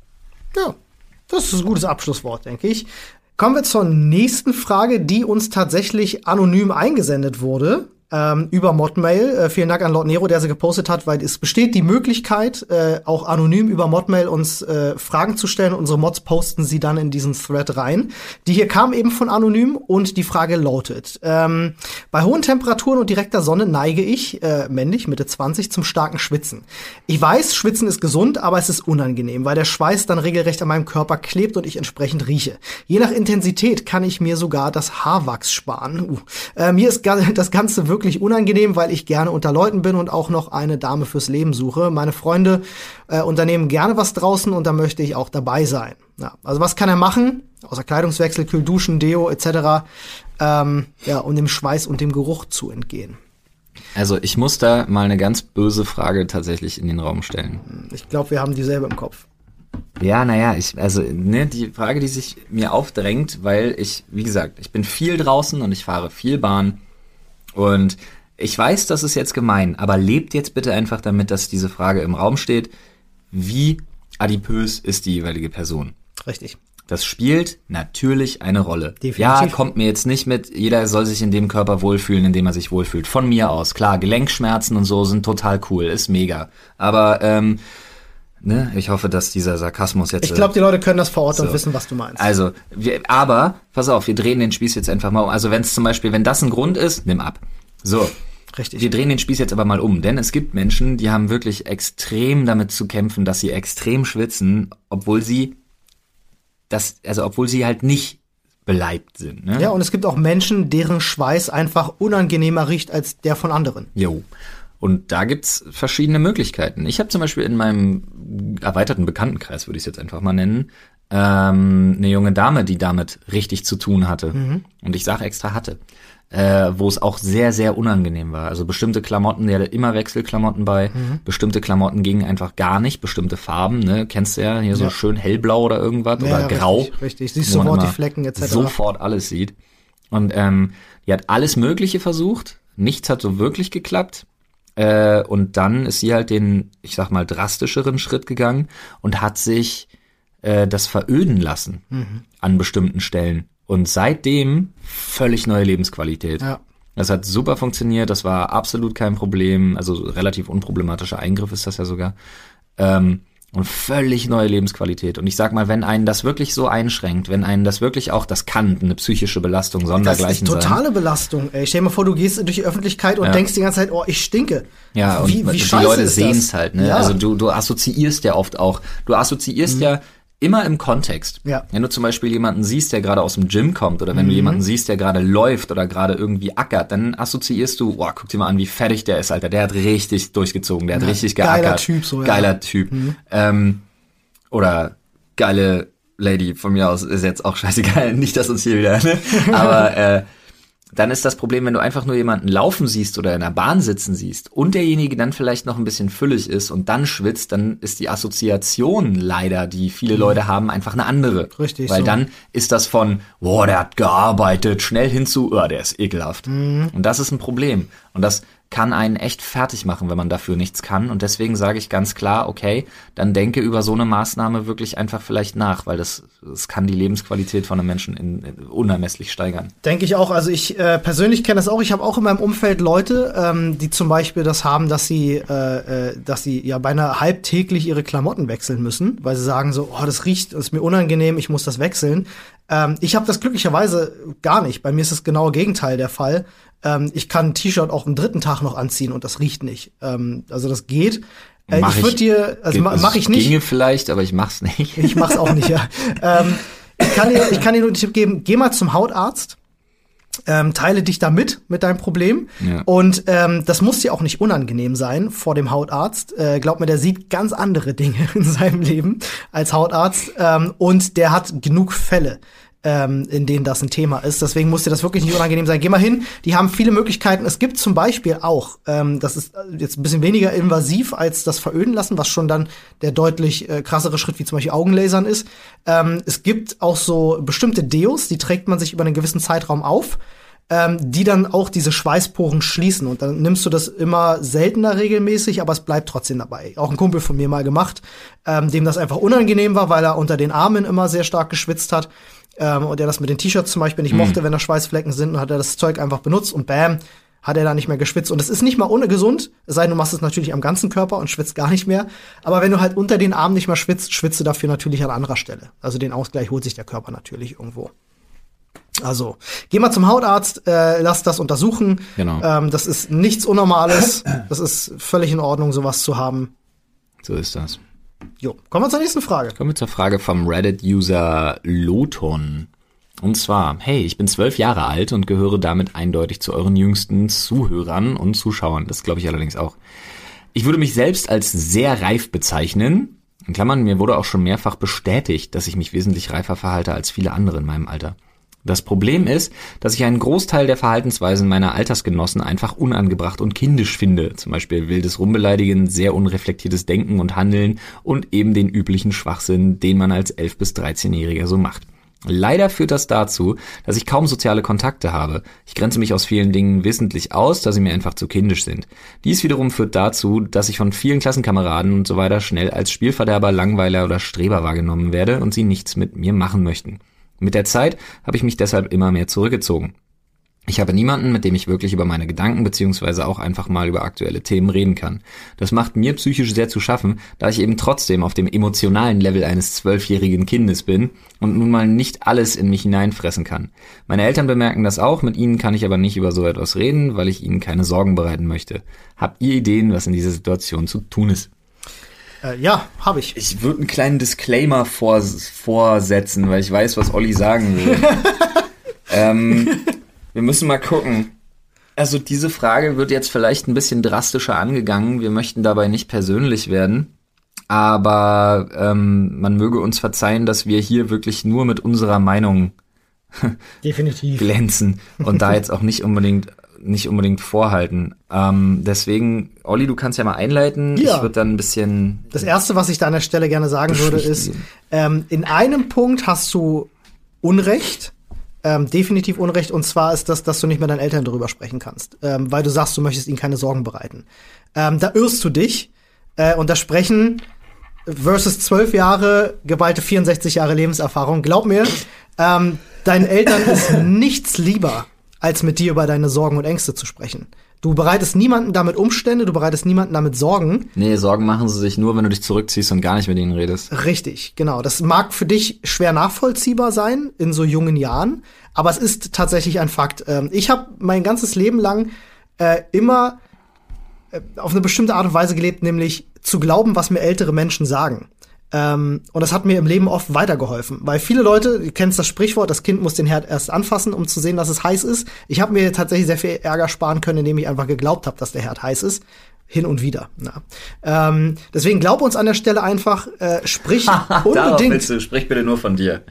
Ja, das ist ein gutes Abschlusswort, denke ich. Kommen wir zur nächsten Frage, die uns tatsächlich anonym eingesendet wurde. Ähm, über Modmail. Äh, vielen Dank an Lord Nero, der sie gepostet hat, weil es besteht die Möglichkeit, äh, auch anonym über Modmail uns äh, Fragen zu stellen. Unsere Mods posten sie dann in diesen Thread rein. Die hier kam eben von anonym und die Frage lautet: ähm, Bei hohen Temperaturen und direkter Sonne neige ich, äh, männlich, Mitte zwanzig, zum starken Schwitzen. Ich weiß, Schwitzen ist gesund, aber es ist unangenehm, weil der Schweiß dann regelrecht an meinem Körper klebt und ich entsprechend rieche. Je nach Intensität kann ich mir sogar das Haarwachs sparen. Uh. Äh, mir ist das Ganze wirklich wirklich unangenehm, weil ich gerne unter Leuten bin und auch noch eine Dame fürs Leben suche. Meine Freunde äh, unternehmen gerne was draußen und da möchte ich auch dabei sein. Ja, also was kann er machen? Außer Kleidungswechsel, kühl duschen, Deo et cetera. Ähm, ja, um dem Schweiß und dem Geruch zu entgehen. Also ich muss da mal eine ganz böse Frage tatsächlich in den Raum stellen. Ich glaube, wir haben dieselbe im Kopf. Ja, naja, ich, also, ne, die Frage, die sich mir aufdrängt, weil ich, wie gesagt, ich bin viel draußen und ich fahre viel Bahn. Und ich weiß, das ist jetzt gemein, aber lebt jetzt bitte einfach damit, dass diese Frage im Raum steht. Wie adipös ist die jeweilige Person? Richtig. Das spielt natürlich eine Rolle. Definitiv. Ja, kommt mir jetzt nicht mit, jeder soll sich in dem Körper wohlfühlen, in dem er sich wohlfühlt. Von mir aus, klar, Gelenkschmerzen und so sind total cool, ist mega. Aber, ähm, ne, ich hoffe, dass dieser Sarkasmus jetzt... Ich glaube, die Leute können das verorten so. und wissen, was du meinst. Also, wir, aber, pass auf, wir drehen den Spieß jetzt einfach mal um. Also wenn es zum Beispiel, wenn das ein Grund ist, nimm ab. So. Richtig. Wir drehen den Spieß jetzt aber mal um, denn es gibt Menschen, die haben wirklich extrem damit zu kämpfen, dass sie extrem schwitzen, obwohl sie das, also obwohl sie halt nicht beleibt sind. Ne? Ja, und es gibt auch Menschen, deren Schweiß einfach unangenehmer riecht als der von anderen. Jo. Und da gibt's verschiedene Möglichkeiten. Ich habe zum Beispiel in meinem erweiterten Bekanntenkreis, würde ich es jetzt einfach mal nennen, ähm, eine junge Dame, die damit richtig zu tun hatte. Mhm. Und ich sage extra hatte. äh, wo es auch sehr, sehr unangenehm war. Also bestimmte Klamotten, der hatte immer Wechselklamotten bei, mhm. bestimmte Klamotten gingen einfach gar nicht, bestimmte Farben, ne, kennst du ja, hier ja. so schön hellblau oder irgendwas ja, oder ja, grau. Richtig, richtig. Siehst sofort die Flecken et cetera. Sofort alles sieht. Und ähm, die hat alles Mögliche versucht, nichts hat so wirklich geklappt. Äh, und dann ist sie halt den, ich sag mal, drastischeren Schritt gegangen und hat sich äh, das veröden lassen mhm. an bestimmten Stellen. Und seitdem völlig neue Lebensqualität. Ja. Das hat super funktioniert, das war absolut kein Problem, also relativ unproblematischer Eingriff ist das ja sogar. Ähm, und völlig neue Lebensqualität. Und ich sag mal, wenn einen das wirklich so einschränkt, wenn einen das wirklich auch, das kann eine psychische Belastung sondergleichen sein. Das ist totale sein. Belastung, ey. Stell dir mal vor, du gehst durch die Öffentlichkeit und ja. denkst die ganze Zeit, oh, ich stinke. Ja, wie, und wie die Leute sehen es halt, ne? Ja. Also du, du assoziierst ja oft auch, du assoziierst mhm. ja immer im Kontext. Ja. Wenn du zum Beispiel jemanden siehst, der gerade aus dem Gym kommt oder wenn mhm. du jemanden siehst, der gerade läuft oder gerade irgendwie ackert, dann assoziierst du, boah, guck dir mal an, wie fertig der ist, Alter. Der hat richtig durchgezogen, der hat ja, richtig geackert. Geiler Typ, so, ja. Geiler Typ. Mhm. Ähm, oder geile Lady, von mir aus ist jetzt auch scheißegal, nicht, dass uns hier wieder, ne? Aber äh, dann ist das Problem, wenn du einfach nur jemanden laufen siehst oder in der Bahn sitzen siehst und derjenige dann vielleicht noch ein bisschen füllig ist und dann schwitzt, dann ist die Assoziation leider, die viele Leute haben, einfach eine andere. Richtig. Weil so. Dann ist das von, boah, der hat gearbeitet, schnell hinzu, oh, der ist ekelhaft. Mhm. Und das ist ein Problem. Und das kann einen echt fertig machen, wenn man dafür nichts kann. Und deswegen sage ich ganz klar, okay, dann denke über so eine Maßnahme wirklich einfach vielleicht nach, weil das, das kann die Lebensqualität von einem Menschen in, in unermesslich steigern. Denke ich auch. Also ich äh, persönlich kenne das auch. Ich habe auch in meinem Umfeld Leute, ähm, die zum Beispiel das haben, dass sie, äh, äh, dass sie ja beinahe halbtäglich ihre Klamotten wechseln müssen, weil sie sagen so, oh, das riecht, das ist mir unangenehm, ich muss das wechseln. Ähm, ich habe das glücklicherweise gar nicht. Bei mir ist das genaue Gegenteil der Fall. Ähm, ich kann ein T-Shirt auch am dritten Tag noch anziehen und das riecht nicht. Ähm, also das geht. Äh, mach ich würde dir, also ma, mach ich nicht. Ginge vielleicht, aber ich mach's nicht. Ich mach's auch nicht, ja. ähm, ich kann dir, ich kann dir nur einen Tipp geben, geh mal zum Hautarzt. Ähm, teile dich da mit, mit deinem Problem. Ja. Und ähm, das muss dir auch nicht unangenehm sein vor dem Hautarzt. Äh, glaub mir, der sieht ganz andere Dinge in seinem Leben als Hautarzt. Ähm, und der hat genug Fälle, ähm, in denen das ein Thema ist. Deswegen muss dir das wirklich nicht unangenehm sein. Geh mal hin, die haben viele Möglichkeiten. Es gibt zum Beispiel auch, ähm, das ist jetzt ein bisschen weniger invasiv als das Veröden lassen, was schon dann der deutlich äh, krassere Schritt wie zum Beispiel Augenlasern ist. Ähm, es gibt auch so bestimmte Deos, die trägt man sich über einen gewissen Zeitraum auf, ähm, die dann auch diese Schweißporen schließen. Und dann nimmst du das immer seltener regelmäßig, aber es bleibt trotzdem dabei. Auch ein Kumpel von mir mal gemacht, ähm, dem das einfach unangenehm war, weil er unter den Armen immer sehr stark geschwitzt hat. Ähm, und der das mit den T-Shirts zum Beispiel nicht mhm. mochte, wenn da Schweißflecken sind, und hat er das Zeug einfach benutzt und bam, hat er da nicht mehr geschwitzt. Und es ist nicht mal ungesund, es sei denn, du machst es natürlich am ganzen Körper und schwitzt gar nicht mehr. Aber wenn du halt unter den Armen nicht mehr schwitzt, schwitzt du dafür natürlich an anderer Stelle. Also den Ausgleich holt sich der Körper natürlich irgendwo. Also, geh mal zum Hautarzt, äh, lass das untersuchen. Genau. Ähm, das ist nichts Unnormales. Das ist völlig in Ordnung, sowas zu haben. So ist das. Jo, kommen wir zur nächsten Frage. Kommen wir zur Frage vom Reddit-User Loton. Und zwar, hey, ich bin zwölf Jahre alt und gehöre damit eindeutig zu euren jüngsten Zuhörern und Zuschauern. Das glaube ich allerdings auch. Ich würde mich selbst als sehr reif bezeichnen. In Klammern, mir wurde auch schon mehrfach bestätigt, dass ich mich wesentlich reifer verhalte als viele andere in meinem Alter. Das Problem ist, dass ich einen Großteil der Verhaltensweisen meiner Altersgenossen einfach unangebracht und kindisch finde. Zum Beispiel wildes Rumbeleidigen, sehr unreflektiertes Denken und Handeln und eben den üblichen Schwachsinn, den man als elf- bis dreizehnjähriger so macht. Leider führt das dazu, dass ich kaum soziale Kontakte habe. Ich grenze mich aus vielen Dingen wissentlich aus, da sie mir einfach zu kindisch sind. Dies wiederum führt dazu, dass ich von vielen Klassenkameraden und so weiter schnell als Spielverderber, Langweiler oder Streber wahrgenommen werde und sie nichts mit mir machen möchten. Mit der Zeit habe ich mich deshalb immer mehr zurückgezogen. Ich habe niemanden, mit dem ich wirklich über meine Gedanken beziehungsweise auch einfach mal über aktuelle Themen reden kann. Das macht mir psychisch sehr zu schaffen, da ich eben trotzdem auf dem emotionalen Level eines zwölfjährigen Kindes bin und nun mal nicht alles in mich hineinfressen kann. Meine Eltern bemerken das auch, mit ihnen kann ich aber nicht über so etwas reden, weil ich ihnen keine Sorgen bereiten möchte. Habt ihr Ideen, was in dieser Situation zu tun ist? Äh, ja, habe ich. Ich würde einen kleinen Disclaimer vor, vorsetzen, weil ich weiß, was Olli sagen will. ähm, wir müssen mal gucken. Also diese Frage wird jetzt vielleicht ein bisschen drastischer angegangen. Wir möchten dabei nicht persönlich werden. Aber ähm, man möge uns verzeihen, dass wir hier wirklich nur mit unserer Meinung Definitiv. glänzen und da jetzt auch nicht unbedingt nicht unbedingt vorhalten. Ähm, deswegen, Olli, du kannst ja mal einleiten. Ja. Ich würde dann ein bisschen... Das Erste, was ich da an der Stelle gerne sagen würde, ist, ähm, in einem Punkt hast du Unrecht, ähm, definitiv Unrecht, und zwar ist das, dass du nicht mit deinen Eltern darüber sprechen kannst, ähm, weil du sagst, du möchtest ihnen keine Sorgen bereiten. Ähm, da irrst du dich, äh, und da sprechen versus zwölf Jahre, geballte vierundsechzig Jahre Lebenserfahrung. Glaub mir, ähm, deinen Eltern ist nichts lieber, als mit dir über deine Sorgen und Ängste zu sprechen. Du bereitest niemanden damit Umstände, du bereitest niemanden damit Sorgen. Nee, Sorgen machen sie sich nur, wenn du dich zurückziehst und gar nicht mit ihnen redest. Richtig, genau. Das mag für dich schwer nachvollziehbar sein in so jungen Jahren, aber es ist tatsächlich ein Fakt. Ähm, ich habe mein ganzes Leben lang äh, immer äh, auf eine bestimmte Art und Weise gelebt, nämlich zu glauben, was mir ältere Menschen sagen. Ähm, und das hat mir im Leben oft weitergeholfen. Weil viele Leute, ihr kennt das Sprichwort, das Kind muss den Herd erst anfassen, um zu sehen, dass es heiß ist. Ich habe mir tatsächlich sehr viel Ärger sparen können, indem ich einfach geglaubt habe, dass der Herd heiß ist. Hin und wieder. Ja. Ähm, deswegen glaub uns an der Stelle einfach, äh, sprich unbedingt. Willst du, sprich bitte nur von dir.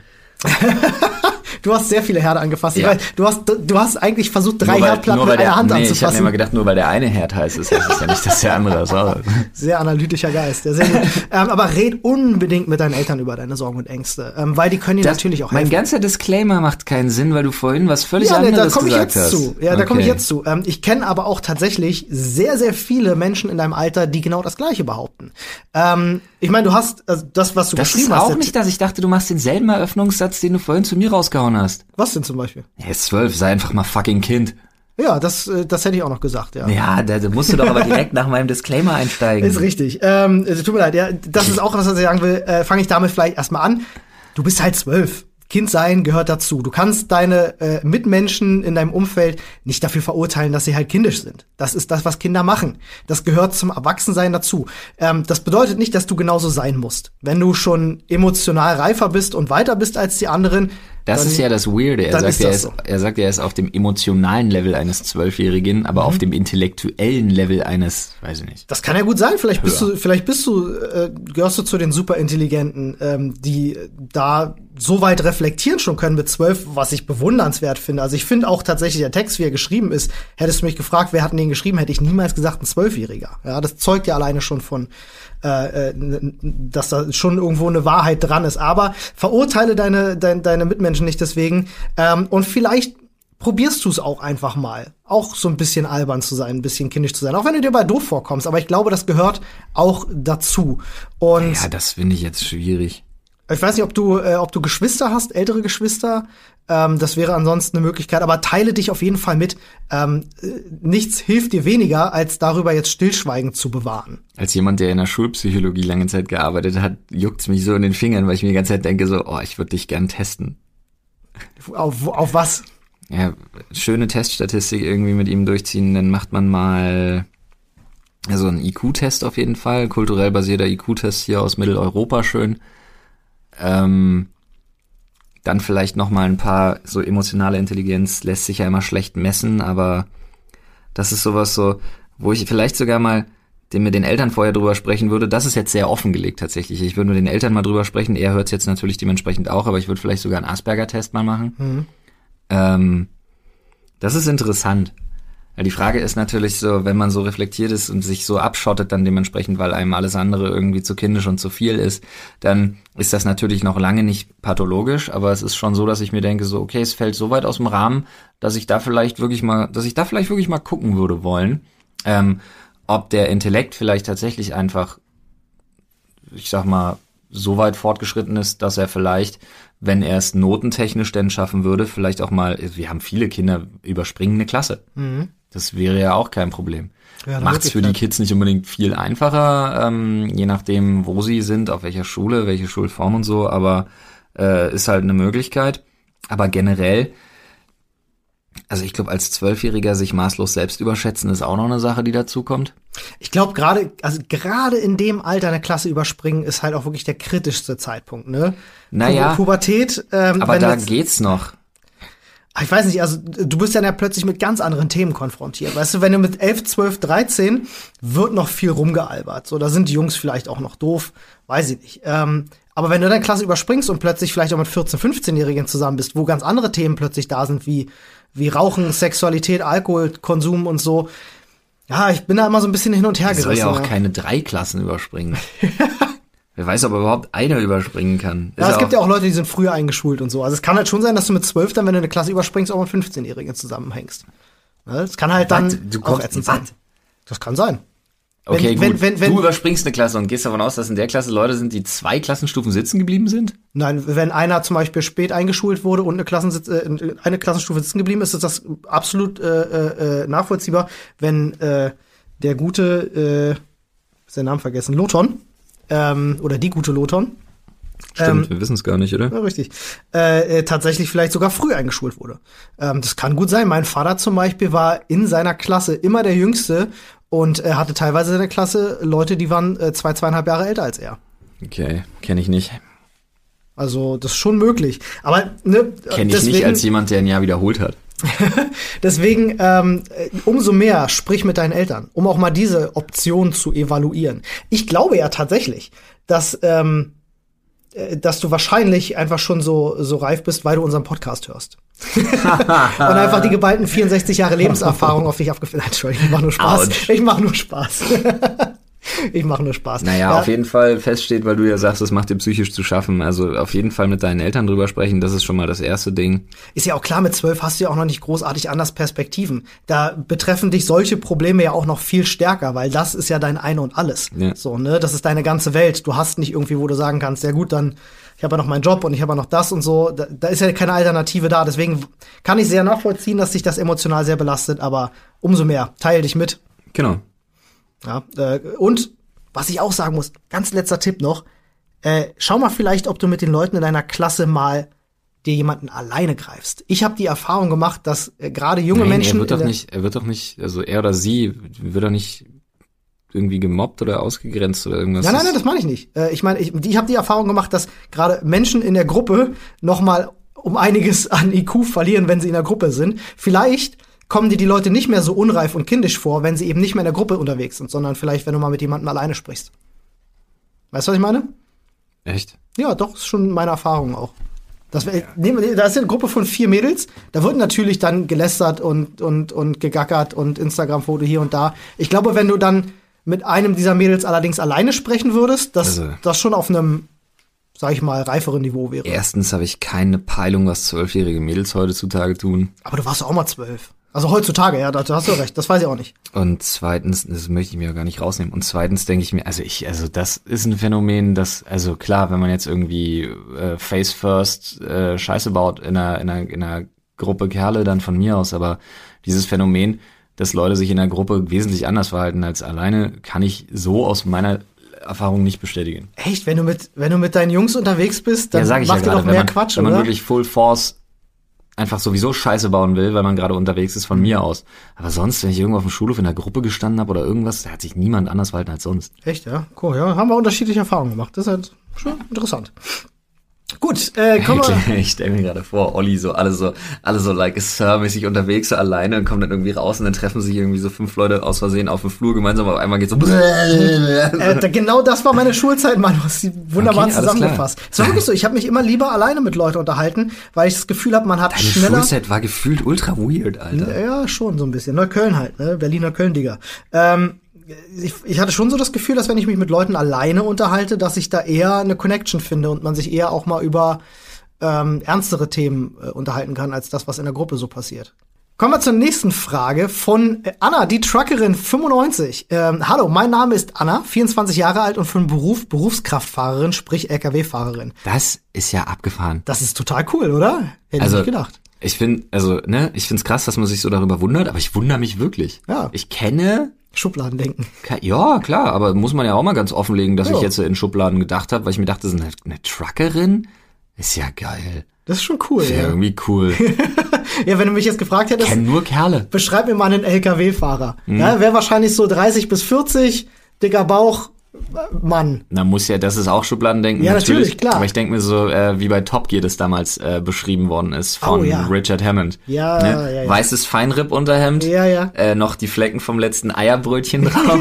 Du hast sehr viele Herde angefasst. Ja. Ich weiß, du hast, du hast eigentlich versucht, drei weil, Herdplatten mit der, einer Hand nee, anzufassen. Ich habe mir immer gedacht, nur weil der eine Herd heiß ist, heißt es ja nicht, dass der andere ist. Sehr analytischer Geist. Ja, sehr gut. ähm, aber red unbedingt mit deinen Eltern über deine Sorgen und Ängste, ähm, weil die können dir das, natürlich auch helfen. Mein ganzer Disclaimer macht keinen Sinn, weil du vorhin was völlig ja, anderes da komm gesagt ich jetzt hast. Zu. Ja, okay. da komme ich jetzt zu. Ähm, ich kenne aber auch tatsächlich sehr, sehr viele Menschen in deinem Alter, die genau das Gleiche behaupten. Ähm, ich meine, du hast also das, was du das geschrieben ist hast. auch nicht, dass ich dachte, du machst denselben Eröffnungssatz, den du vorhin zu mir rausgehauen hast. Was denn zum Beispiel? Er ist zwölf, sei einfach mal fucking Kind. Ja, das, äh, das hätte ich auch noch gesagt, ja. Ja, da, da musst du doch aber direkt nach meinem Disclaimer einsteigen. Ist richtig. Ähm, tut mir leid, ja, das ist auch was, was ich sagen will. Äh, Fange ich damit vielleicht erstmal an. Du bist halt zwölf. Kind sein gehört dazu. Du kannst deine äh, Mitmenschen in deinem Umfeld nicht dafür verurteilen, dass sie halt kindisch sind. Das ist das, was Kinder machen. Das gehört zum Erwachsensein dazu. Ähm, das bedeutet nicht, dass du genauso sein musst. Wenn du schon emotional reifer bist und weiter bist als die anderen, das dann, ist ja das Weirde. Er sagt, er ist, so. er sagt, er ist auf dem emotionalen Level eines Zwölfjährigen, aber mhm. auf dem intellektuellen Level eines, weiß ich nicht. Das kann ja gut sein. Vielleicht bist du, vielleicht bist du, äh, gehörst du zu den Superintelligenten, ähm, die da so weit reflektieren schon können mit zwölf, was ich bewundernswert finde. Also ich finde auch tatsächlich der Text, wie er geschrieben ist, hättest du mich gefragt, wer hat denn den geschrieben, hätte ich niemals gesagt, ein Zwölfjähriger. Ja, das zeugt ja alleine schon von, äh, dass da schon irgendwo eine Wahrheit dran ist. Aber verurteile deine, deine, deine Mitmenschen nicht deswegen. Ähm, und vielleicht probierst du es auch einfach mal. Auch so ein bisschen albern zu sein, ein bisschen kindisch zu sein. Auch wenn du dir bei doof vorkommst. Aber ich glaube, das gehört auch dazu. Und ja, das finde ich jetzt schwierig. Ich weiß nicht, ob du, äh, ob du Geschwister hast, ältere Geschwister. Ähm, das wäre ansonsten eine Möglichkeit. Aber teile dich auf jeden Fall mit. Ähm, nichts hilft dir weniger, als darüber jetzt Stillschweigen zu bewahren. Als jemand, der in der Schulpsychologie lange Zeit gearbeitet hat, juckt's mich so in den Fingern, weil ich mir die ganze Zeit denke so, oh, ich würde dich gern testen. Auf, auf was? Ja, schöne Teststatistik irgendwie mit ihm durchziehen. Dann macht man mal also einen I Q-Test auf jeden Fall. Kulturell basierter I Q-Test hier aus Mitteleuropa, schön. Ähm, dann vielleicht noch mal ein paar, so emotionale Intelligenz lässt sich ja immer schlecht messen, aber das ist sowas so, wo ich vielleicht sogar mal den, mit den Eltern vorher drüber sprechen würde. Das ist jetzt sehr offengelegt tatsächlich. Ich würde mit den Eltern mal drüber sprechen. Er hört es jetzt natürlich dementsprechend auch, aber ich würde vielleicht sogar einen Asperger-Test mal machen. Mhm. Ähm, das ist interessant. Ja, die Frage ist natürlich so, wenn man so reflektiert ist und sich so abschottet dann dementsprechend, weil einem alles andere irgendwie zu kindisch und zu viel ist, dann ist das natürlich noch lange nicht pathologisch, aber es ist schon so, dass ich mir denke, so okay, es fällt so weit aus dem Rahmen, dass ich da vielleicht wirklich mal, dass ich da vielleicht wirklich mal gucken würde wollen, ähm, ob der Intellekt vielleicht tatsächlich einfach, ich sag mal, so weit fortgeschritten ist, dass er vielleicht, wenn er es notentechnisch denn schaffen würde, vielleicht auch mal, wir haben viele Kinder überspringen eine Klasse. Mhm. Das wäre ja auch kein Problem. Ja, macht's für die Kids nicht unbedingt viel einfacher, ähm, je nachdem, wo sie sind, auf welcher Schule, welche Schulform und so, aber äh, ist halt eine Möglichkeit. Aber generell, also ich glaube, als Zwölfjähriger sich maßlos selbst überschätzen, ist auch noch eine Sache, die dazu kommt. Ich glaube, gerade, also gerade in dem Alter eine Klasse überspringen, ist halt auch wirklich der kritischste Zeitpunkt, ne? Naja, Pu- Pubertät. Ähm, aber da jetzt, geht's noch. Ich weiß nicht, also du bist dann ja plötzlich mit ganz anderen Themen konfrontiert. Weißt du, wenn du mit elf, zwölf, dreizehn wird noch viel rumgealbert. So, da sind die Jungs vielleicht auch noch doof, weiß ich nicht. Ähm, aber wenn du dann Klasse überspringst und plötzlich vielleicht auch mit vierzehn-, fünfzehnjährigen zusammen bist, wo ganz andere Themen plötzlich da sind, wie, wie Rauchen, Sexualität, Alkoholkonsum und so. Ja, ich bin da immer so ein bisschen hin und her gerissen. soll ja auch ja. keine drei Klassen überspringen. Wer weiß, ob er überhaupt einer überspringen kann. Ja, es gibt ja auch Leute, die sind früher eingeschult und so. Also es kann halt schon sein, dass du mit zwölf dann, wenn du eine Klasse überspringst, auch mit fünfzehnjährigen zusammenhängst. Das kann halt dann du auch ätzend sein. Das kann sein. Okay, wenn, gut. Wenn, wenn, wenn, du überspringst eine Klasse und gehst davon aus, dass in der Klasse Leute sind, die zwei Klassenstufen sitzen geblieben sind? Nein, wenn einer zum Beispiel spät eingeschult wurde und eine, Klassensitz, äh, eine Klassenstufe sitzen geblieben ist, ist das absolut äh, äh, nachvollziehbar. Wenn äh, der gute, äh, ist der Name vergessen, Lothon, ähm, oder die gute Lothon. Stimmt, ähm, wir wissen es gar nicht, oder? Ja, richtig. Äh, äh, tatsächlich vielleicht sogar früh eingeschult wurde. Ähm, das kann gut sein. Mein Vater zum Beispiel war in seiner Klasse immer der Jüngste und er hatte teilweise in der Klasse Leute, die waren äh, zwei, zweieinhalb Jahre älter als er. Okay, kenne ich nicht. Also das ist schon möglich. Aber ne, kenne ich deswegen, nicht als jemand, der ein Jahr wiederholt hat. Deswegen ähm, umso mehr sprich mit deinen Eltern, um auch mal diese Option zu evaluieren. Ich glaube ja tatsächlich, dass ähm, dass du wahrscheinlich einfach schon so so reif bist, weil du unseren Podcast hörst. Und einfach die geballten vierundsechzig Jahre Lebenserfahrung auf dich abgefüllt. Entschuldigung, ich mach nur Spaß. Ouch. Ich mach nur Spaß. Ich mache nur Spaß. Naja, ja. auf jeden Fall feststeht, weil du ja sagst, es macht dir psychisch zu schaffen. Also auf jeden Fall mit deinen Eltern drüber sprechen, das ist schon mal das erste Ding. Ist ja auch klar, mit zwölf hast du ja auch noch nicht großartig anders Perspektiven. Da betreffen dich solche Probleme ja auch noch viel stärker, weil das ist ja dein Ein und Alles. Ja. So, ne, das ist deine ganze Welt. Du hast nicht irgendwie, wo du sagen kannst, ja gut, dann ich habe ja noch meinen Job und ich habe ja noch das und so. Da, da ist ja keine Alternative da. Deswegen kann ich sehr nachvollziehen, dass dich das emotional sehr belastet, aber umso mehr, teil dich mit. Genau. Ja, äh, und was ich auch sagen muss, ganz letzter Tipp noch, äh, schau mal vielleicht, ob du mit den Leuten in deiner Klasse mal dir jemanden alleine greifst. Ich habe die Erfahrung gemacht, dass äh, gerade junge Nein, Menschen er wird doch nicht, er wird doch nicht, also er oder sie wird doch nicht irgendwie gemobbt oder ausgegrenzt oder irgendwas. Nein, nein, nein, das meine ich nicht. Äh, ich meine, ich, ich habe die Erfahrung gemacht, dass gerade Menschen in der Gruppe noch mal um einiges an I Q verlieren, wenn sie in der Gruppe sind. Vielleicht kommen dir die Leute nicht mehr so unreif und kindisch vor, wenn sie eben nicht mehr in der Gruppe unterwegs sind, sondern vielleicht, wenn du mal mit jemandem alleine sprichst. Weißt du, was ich meine? Echt? Ja, doch, ist schon meine Erfahrung auch. Das, ja. nehmen, da ist eine Gruppe von vier Mädels, da wird natürlich dann gelästert und, und, und gegackert und Instagram-Foto hier und da. Ich glaube, wenn du dann mit einem dieser Mädels allerdings alleine sprechen würdest, dass also, das schon auf einem, sag ich mal, reiferen Niveau wäre. Erstens habe ich keine Peilung, was zwölfjährige Mädels heutzutage tun. Aber du warst auch mal zwölf. Also heutzutage, ja, da hast du recht, das weiß ich auch nicht. Und zweitens, das möchte ich mir gar nicht rausnehmen. Und zweitens denke ich mir, also ich, also das ist ein Phänomen, das, also klar, wenn man jetzt irgendwie äh, Face First äh, Scheiße baut in einer, in einer, in einer Gruppe Kerle, dann von mir aus, aber dieses Phänomen, dass Leute sich in einer Gruppe wesentlich anders verhalten als alleine, kann ich so aus meiner Erfahrung nicht bestätigen. Echt? Wenn du mit, wenn du mit deinen Jungs unterwegs bist, dann ja, sag ich macht ja ihr doch mehr man, Quatsch, wenn man oder? wirklich Full Force einfach sowieso Scheiße bauen will, weil man gerade unterwegs ist, von mir aus. Aber sonst, wenn ich irgendwo auf dem Schulhof in der Gruppe gestanden habe oder irgendwas, da hat sich niemand anders verhalten als sonst. Echt, ja? Cool, ja. Haben wir unterschiedliche Erfahrungen gemacht. Das ist halt schon interessant. Gut, äh, kommen wir. Ich stelle mir gerade vor, Olli so, alle so, alle so like a Sir-mäßig unterwegs, so alleine und kommen dann irgendwie raus und dann treffen sich irgendwie so fünf Leute aus Versehen auf dem Flur gemeinsam, aber einmal geht so. äh, genau das war meine Schulzeit, Mann. Du hast sie wunderbar okay, zusammengefasst. Es war wirklich so, ich habe mich immer lieber alleine mit Leuten unterhalten, weil ich das Gefühl habe, man hat Deine schneller. Schulzeit war gefühlt ultra weird, Alter. Ja, schon so ein bisschen. Neukölln halt, ne? Berliner Köln, Digga. Ähm, Ich, ich hatte schon so das Gefühl, dass wenn ich mich mit Leuten alleine unterhalte, dass ich da eher eine Connection finde und man sich eher auch mal über ähm, ernstere Themen äh, unterhalten kann, als das, was in der Gruppe so passiert. Kommen wir zur nächsten Frage von äh, Anna, die Truckerin fünfundneunzig. Ähm, Hallo, mein Name ist Anna, vierundzwanzig Jahre alt und von Beruf Berufskraftfahrerin, sprich L K W-Fahrerin. Das ist ja abgefahren. Das ist total cool, oder? Hätte also, ich nicht gedacht. Ich finde, also, ne, ich find's krass, dass man sich so darüber wundert, aber ich wundere mich wirklich. Ja. Ich kenne Schubladendenken. Ja, klar, aber muss man ja auch mal ganz offenlegen, dass ja. ich jetzt in Schubladen gedacht habe, weil ich mir dachte, so eine, eine Truckerin ist ja geil. Das ist schon cool. Ist ja, ja. irgendwie cool. Ja, wenn du mich jetzt gefragt hättest, kenn nur Kerle. Beschreib mir mal einen L K W-Fahrer. Mhm. Ja, wäre wahrscheinlich so dreißig bis vierzig, dicker Bauch, Mann. Na, muss ja, das ist auch Schubladendenken. Ja, natürlich, natürlich, klar. Aber ich denke mir so, äh, wie bei Top Gear das damals äh, beschrieben worden ist von oh, ja. Richard Hammond. Ja, ne? ja, ja. Weißes Feinripp-Unterhemd, ja, ja. Äh, noch die Flecken vom letzten Eierbrötchen drauf.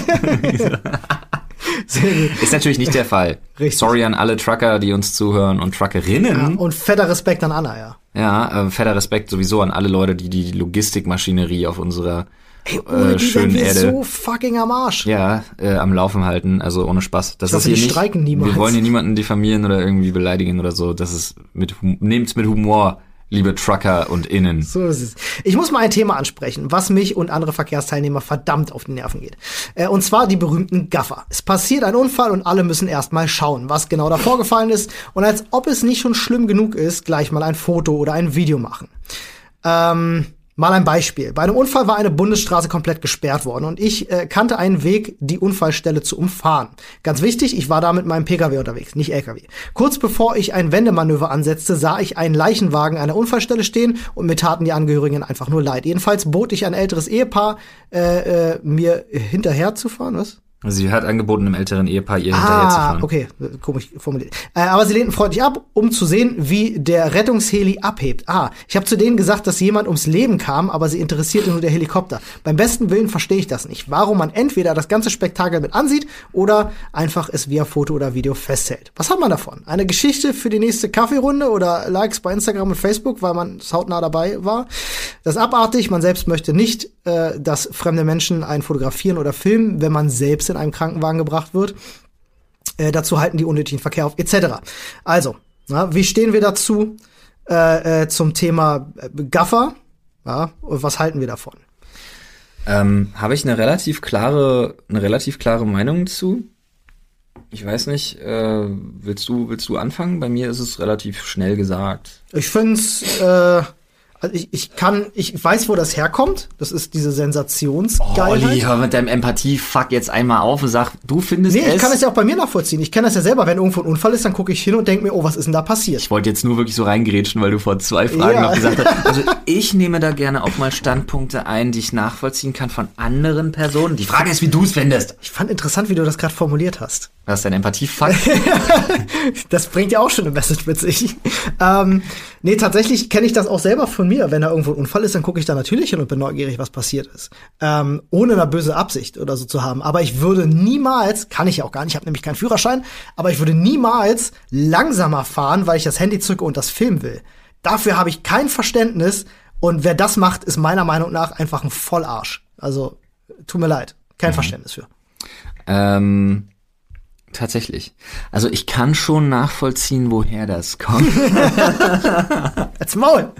Sehr gut. Ist natürlich nicht der Fall. Richtig. Sorry an alle Trucker, die uns zuhören und Truckerinnen. Ja, und fetter Respekt an Anna, ja. Ja, äh, fetter Respekt sowieso an alle Leute, die die Logistikmaschinerie auf unserer Ey, ohne äh, die schönen wären wir Erde so fucking am Arsch. ja äh, am Laufen halten, also ohne Spaß. Das Ich hoffe, ist hier die nicht. streiken niemals. Wir wollen hier niemanden diffamieren oder irgendwie beleidigen oder so. Das ist mit nehmt's mit Humor, liebe Trucker und Innen. So ist es. Ich muss mal ein Thema ansprechen, was mich und andere Verkehrsteilnehmer verdammt auf die Nerven geht. Äh, und zwar die berühmten Gaffer. Es passiert ein Unfall und alle müssen erstmal schauen, was genau da vorgefallen ist. Und als ob es nicht schon schlimm genug ist, gleich mal ein Foto oder ein Video machen. Ähm... Mal ein Beispiel. Bei einem Unfall war eine Bundesstraße komplett gesperrt worden und ich äh, kannte einen Weg, die Unfallstelle zu umfahren. Ganz wichtig, ich war da mit meinem Pkw unterwegs, nicht L K W. Kurz bevor ich ein Wendemanöver ansetzte, sah ich einen Leichenwagen an der Unfallstelle stehen und mir taten die Angehörigen einfach nur leid. Jedenfalls bot ich ein älteres Ehepaar, äh, äh, mir hinterher zu fahren, was? Sie hat angeboten, einem älteren Ehepaar ihr hinterher zu fahren. Ah, okay, komisch formuliert. Äh, aber sie lehnten freundlich ab, um zu sehen, wie der Rettungsheli abhebt. Ah, ich habe zu denen gesagt, dass jemand ums Leben kam, aber sie interessierte nur der Helikopter. Beim besten Willen verstehe ich das nicht. Warum man entweder das ganze Spektakel mit ansieht oder einfach es via Foto oder Video festhält. Was hat man davon? Eine Geschichte für die nächste Kaffeerunde oder Likes bei Instagram und Facebook, weil man hautnah dabei war? Das ist abartig. Man selbst möchte nicht, äh, dass fremde Menschen einen fotografieren oder filmen, wenn man selbst in einem Krankenwagen gebracht wird. Äh, dazu halten die unnötigen Verkehr auf, et cetera. Also, na, wie stehen wir dazu äh, äh, zum Thema Gaffer? Ja, und was halten wir davon? Ähm, habe ich eine relativ klare, eine relativ klare Meinung zu. Ich weiß nicht, äh, willst du, willst du anfangen? Bei mir ist es relativ schnell gesagt. Ich find's, äh, also ich, ich kann, ich weiß, wo das herkommt. Das ist diese Sensationsgeilheit. Olli, hör mit deinem Empathie-Fuck jetzt einmal auf und sag, du findest Nee, es... ich kann es ja auch bei mir nachvollziehen. Ich kenne das ja selber. Wenn irgendwo ein Unfall ist, dann gucke ich hin und denke mir, oh, was ist denn da passiert? Ich wollte jetzt nur wirklich so reingrätschen, weil du vor zwei Fragen Ja. noch gesagt hast. Also ich nehme da gerne auch mal Standpunkte ein, die ich nachvollziehen kann von anderen Personen. Die Frage ist, wie du es findest. Ich fand interessant, wie du das gerade formuliert hast. Was ist dein Empathie-Fuck? Das bringt ja auch schon eine Message mit sich. Ähm, nee, tatsächlich kenne ich das auch selber von mir. Wenn da irgendwo ein Unfall ist, dann gucke ich da natürlich hin und bin neugierig, was passiert ist. Ähm, ohne eine böse Absicht oder so zu haben. Aber ich würde niemals, kann ich ja auch gar nicht, ich habe nämlich keinen Führerschein, aber ich würde niemals langsamer fahren, weil ich das Handy zücke und das filmen will. Dafür habe ich kein Verständnis. Und wer das macht, ist meiner Meinung nach einfach ein Vollarsch. Also, tut mir leid. Kein mhm. Verständnis für. Ähm... Tatsächlich. Also ich kann schon nachvollziehen, woher das kommt. Jetzt Maul!